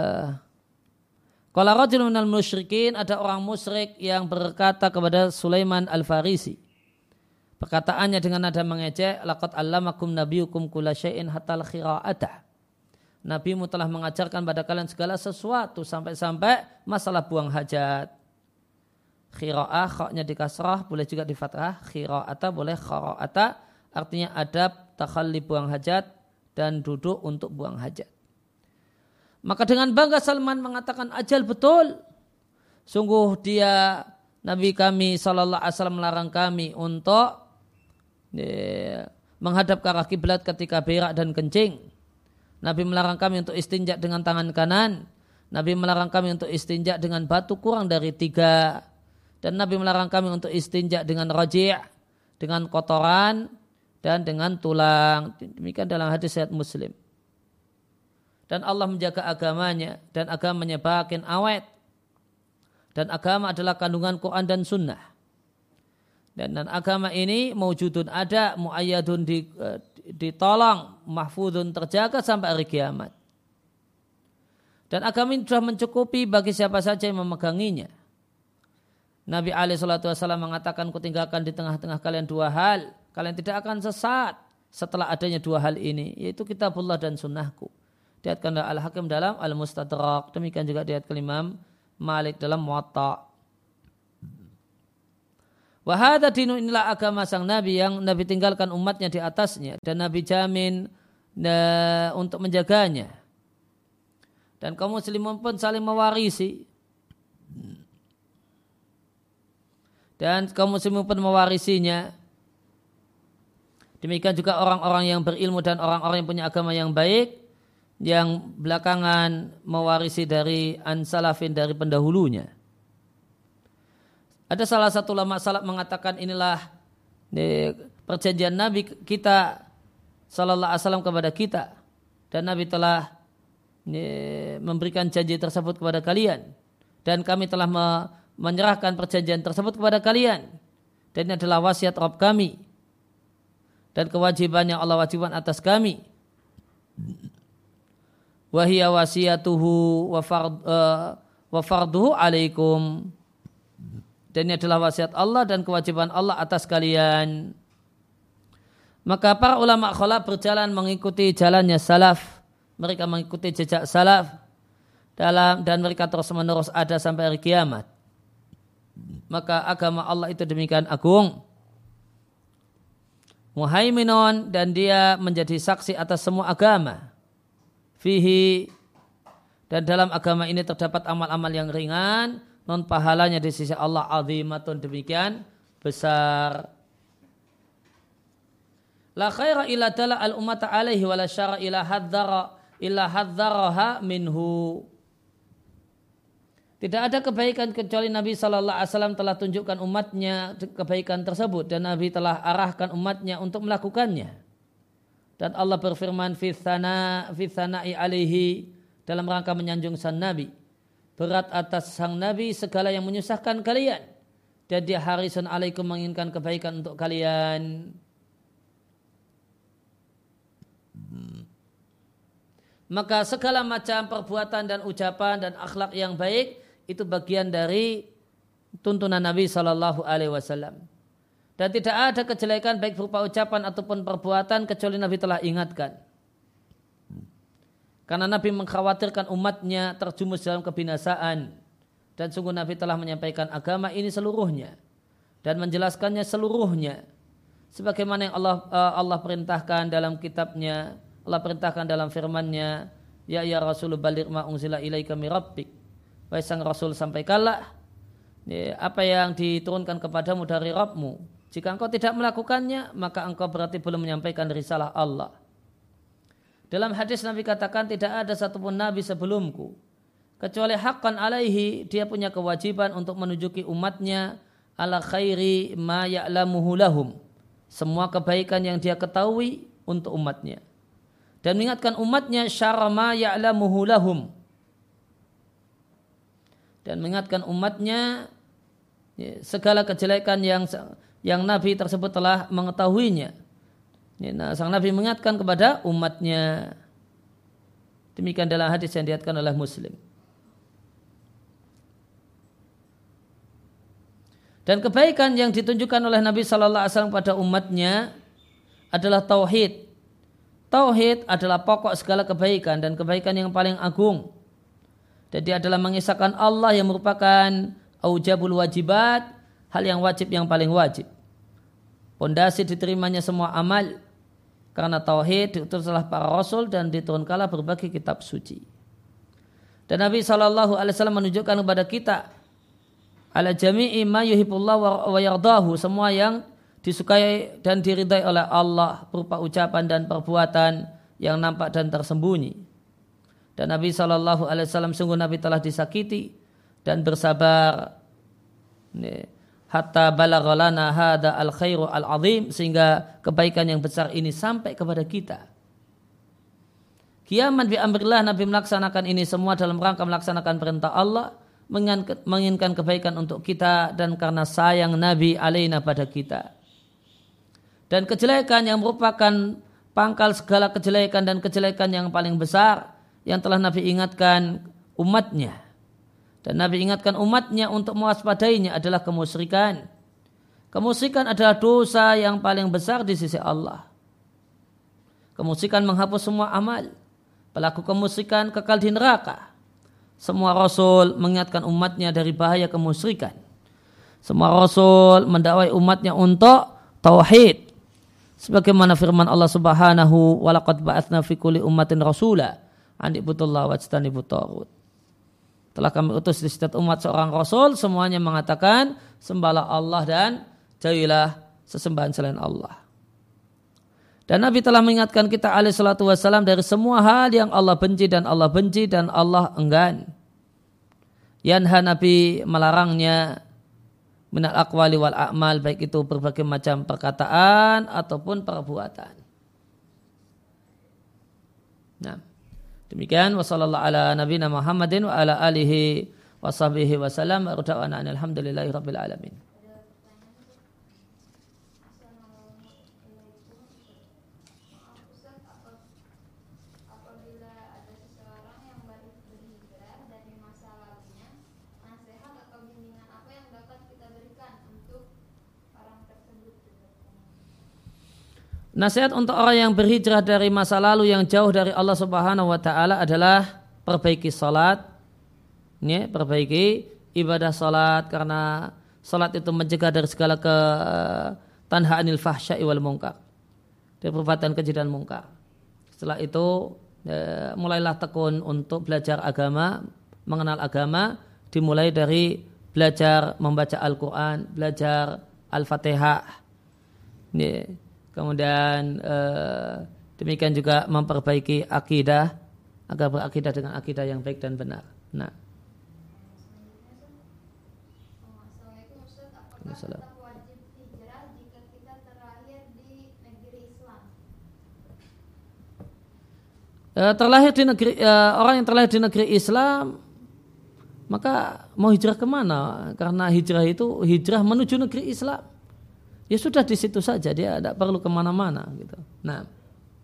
qala rajulun minal musyrikin, ada orang musyrik yang berkata kepada Sulaiman Al-Farisi. Perkataannya dengan nada mengejek, laqad allamakum nabiyukum kulla syai'in hatta al-khira'atah. Nabimu telah mengajarkan pada kalian segala sesuatu sampai-sampai masalah buang hajat. Khira'ah, kha'nya di kasrah, boleh juga di fathah. Khira'ata boleh khara'ata, artinya adab, takhalli buang hajat, dan duduk untuk buang hajat. Maka dengan bangga Salman mengatakan, ajal betul. Sungguh dia, Nabi kami sallallahu alaihi wasallam melarang kami untuk ya, menghadap ke arah kiblat ketika berak dan kencing. Nabi melarang kami untuk istinja dengan tangan kanan. Nabi melarang kami untuk istinja dengan batu kurang dari tiga. Dan Nabi melarang kami untuk istinja dengan raji', dengan kotoran, dan dengan tulang. Demikian dalam hadis riwayat Muslim. Dan Allah menjaga agamanya, dan agamanya bakin awet. Dan agama adalah kandungan Quran dan Sunnah. Dan, dan agama ini mawjudun ada, mu'ayyadun di, ditolong, mahfudun terjaga sampai hari kiamat. Dan agama ini sudah mencukupi bagi siapa saja yang memeganginya. Nabi alaihi salatu wasallam mengatakan, kutinggalkan di tengah-tengah kalian dua hal, kalian tidak akan sesat setelah adanya dua hal ini, yaitu kitabullah dan sunnahku. Diriwayatkan oleh Al-Hakim dalam Al-Mustadrak, demikian juga diriwayatkan Imam Malik dalam Muwatta. Wa hadza dinu, inilah agama sang Nabi yang Nabi tinggalkan umatnya di atasnya, dan Nabi jamin uh, untuk menjaganya. Dan kaum muslimin pun saling mewarisi. Dan kaum muslimin pun mewarisinya. Demikian juga orang-orang yang berilmu dan orang-orang yang punya agama yang baik, yang belakangan mewarisi dari an-salafin, dari pendahulunya. Ada salah satu ulama salaf mengatakan, inilah perjanjian Nabi kita sallallahu alaihi wasallam kepada kita, dan Nabi telah memberikan janji tersebut kepada kalian, dan kami telah menyerahkan perjanjian tersebut kepada kalian, dan ini adalah wasiat Rabb kami dan kewajiban yang Allah wajibkan atas kami. Wa hiya wasiyatuhu wa fard uh, wa farduhu alaikum, dan ini adalah wasiat Allah dan kewajiban Allah atas kalian. Maka para ulama khalaf berjalan mengikuti jalannya salaf, mereka mengikuti jejak salaf dalam, dan mereka terus menerus ada sampai hari kiamat. maka agama Allah itu demikian agung. Muhaiminun, dan dia menjadi saksi atas semua agama. Fihi, dan dalam agama ini terdapat amal-amal yang ringan, non pahalanya di sisi Allah azimatun, demikian besar. La khaira illa dala al ummata alaihi wa la syara illa hadzara illa hadzaraha minhu. Tidak ada kebaikan kecuali Nabi sallallahu alaihi wasallam telah tunjukkan umatnya kebaikan tersebut dan Nabi telah arahkan umatnya untuk melakukannya. Dan Allah berfirman fi tsana fi tsana'i alaihi, dalam rangka menyanjung sang Nabi. Berat atas sang Nabi segala yang menyusahkan kalian, dan dia harisun alaikum, menginginkan kebaikan untuk kalian. Maka segala macam perbuatan dan ucapan dan akhlak yang baik itu bagian dari tuntunan Nabi Shallallahu Alaihi Wasallam. Dan tidak ada kejelekan baik berupa ucapan ataupun perbuatan kecuali Nabi telah ingatkan. Karena Nabi mengkhawatirkan umatnya terjumus dalam kebinasaan. Dan sungguh Nabi telah menyampaikan agama ini seluruhnya dan menjelaskannya seluruhnya, sebagaimana yang Allah Allah perintahkan dalam kitabnya. Allah perintahkan dalam firman-Nya, ya ya Rasul baligh ma unzila ilaika mir rabbik. Wahai sang Rasul, sampaikanlah ya, apa yang diturunkan kepadamu dari Rabbmu. Jika engkau tidak melakukannya, maka engkau berarti belum menyampaikan risalah Allah. Dalam hadis Nabi katakan, tidak ada satupun nabi sebelumku kecuali haqqan alaihi, dia punya kewajiban untuk menunjuki umatnya ala khairi ma ya'lamuhu lahum, semua kebaikan yang dia ketahui untuk umatnya, dan mengingatkan umatnya syarra ma ya'lamuhu lahum, dan mengingatkan umatnya ya, segala kejelekan yang yang Nabi tersebut telah mengetahuinya. Ya, nah, sang Nabi mengingatkan kepada umatnya. Demikian dalam hadis yang diriwayatkan oleh Muslim. Dan kebaikan yang ditunjukkan oleh Nabi Sallallahu Alaihi Wasallam pada umatnya adalah tauhid. Tauhid adalah pokok segala kebaikan dan kebaikan yang paling agung. Dan dia adalah mengisahkan Allah yang merupakan aujabul wajibat, hal yang wajib yang paling wajib. Pondasi diterimanya semua amal. Karena tauhid diutuslah para rasul dan diturunkanlah berbagai kitab suci. Dan Nabi Sallallahu Alaihi Wasallam menunjukkan kepada kita ala jami'i ma yuhibbullah wa yardahu, semua yang disukai dan diridai oleh Allah berupa ucapan dan perbuatan yang nampak dan tersembunyi. Dan Nabi Sallallahu Alaihi Wasallam sungguh Nabi telah disakiti dan bersabar hatta balagha lana hada al khairu al azim, sehingga kebaikan yang besar ini sampai kepada kita. Qiyaman bi amrillah, Nabi melaksanakan ini semua dalam rangka melaksanakan perintah Allah, menginginkan kebaikan untuk kita dan karena sayang Nabi alaina pada kita. Dan kejelekan yang merupakan pangkal segala kejelekan dan kejelekan yang paling besar yang telah Nabi ingatkan umatnya. Dan Nabi ingatkan umatnya untuk mewaspadainya adalah kemusyrikan. Kemusyrikan adalah dosa yang paling besar di sisi Allah. Kemusyrikan menghapus semua amal. Pelaku kemusyrikan kekal di neraka. Semua Rasul mengingatkan umatnya dari bahaya kemusyrikan. Semua Rasul mendakwai umatnya untuk tauhid. Sebagaimana firman Allah Subhanahu wa laqad ba'atsna fi kulli ummatin rasula an ibudullah wajtanibut taghut. Telah kami utus di setiap umat seorang Rasul, semuanya mengatakan sembahlah Allah dan jauhilah sesembahan selain Allah. Dan Nabi telah mengingatkan kita alaihi salatu wassalam dari semua hal yang Allah benci dan Allah benci dan Allah enggan. Yanha, Nabi melarangnya minal aqwali wal a'mal, baik itu berbagai macam perkataan ataupun perbuatan. Nah, demikian wa sallallahu ala nabiyina Muhammadin wa ala alihi wa sahbihi wa sallam wa rada'ana alhamdulillahi rabbil alamin. Nasihat untuk orang yang berhijrah dari masa lalu yang jauh dari Allah Subhanahu wa taala adalah perbaiki salat, ya, perbaiki ibadah salat, karena salat itu mencegah dari segala ke tanha anil fahsya'i wal munkar, dari perbuatan keji dan munkar. Setelah itu e, mulailah tekun untuk belajar agama, mengenal agama, dimulai dari belajar membaca Al-Quran, belajar Al-Fatihah. Ini. Kemudian e, demikian juga memperbaiki akidah agar berakidah dengan akidah yang baik dan benar. Nah. Apakah tetap wajib hijrah jika kita terlahir di negeri Islam? E, terlahir di negeri e, orang yang terlahir di negeri Islam, maka mau hijrah kemana? Karena hijrah itu hijrah menuju negeri Islam. Ya sudah di situ saja, dia tidak perlu kemana-mana gitu. Nah.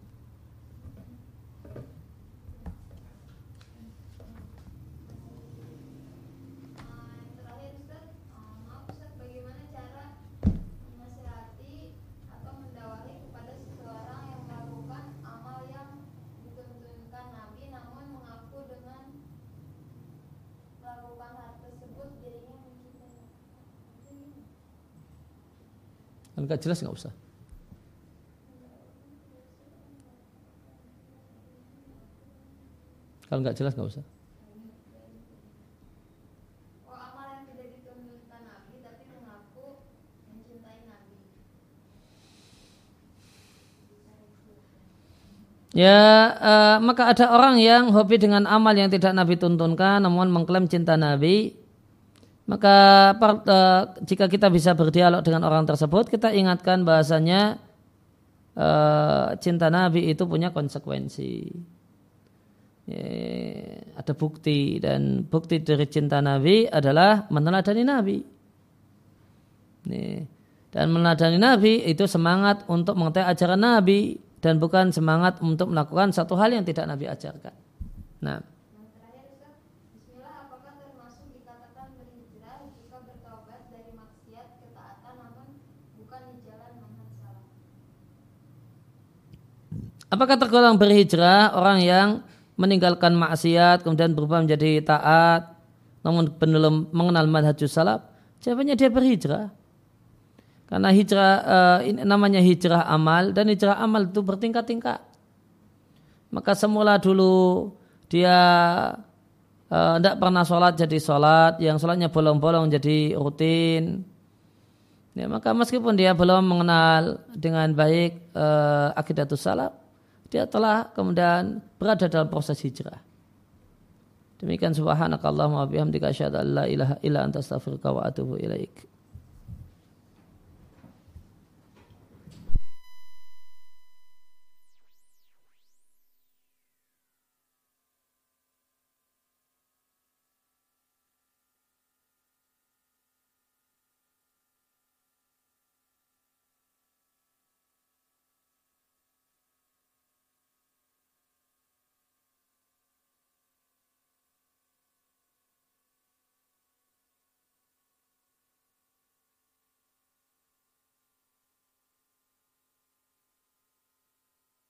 Kalau nggak jelas nggak usah. Kalau nggak jelas nggak usah. Oh, amal yang tidak ditunjukkan Nabi tapi mengaku mencintai Nabi. Ya, uh, maka ada orang yang hobi dengan amal yang tidak Nabi tuntunkan, namun mengklaim cinta Nabi. Maka uh, jika kita bisa berdialog dengan orang tersebut, kita ingatkan bahasanya uh, cinta Nabi itu punya konsekuensi. Ya, ada bukti, dan bukti dari cinta Nabi adalah meneladani Nabi. Nih. Dan meneladani Nabi itu semangat untuk mengetahui ajaran Nabi dan bukan semangat untuk melakukan satu hal yang tidak Nabi ajarkan. Nah. Apakah tergolong berhijrah orang yang meninggalkan maksiat kemudian berubah menjadi taat namun belum mengenal manhajus salaf? Jawabannya dia berhijrah. Karena hijrah uh, ini namanya hijrah amal, dan hijrah amal itu bertingkat-tingkat. Maka semula dulu dia tidak uh, pernah sholat jadi sholat, yang sholatnya bolong-bolong jadi rutin. Ya, maka meskipun dia belum mengenal dengan baik uh, akidatus salaf, dia telah kemudian berada dalam proses hijrah. Demikian subhanakallahumma wa bihamdika asyhadu an la ilaha illa anta astaghfiruka wa atubu ilaik.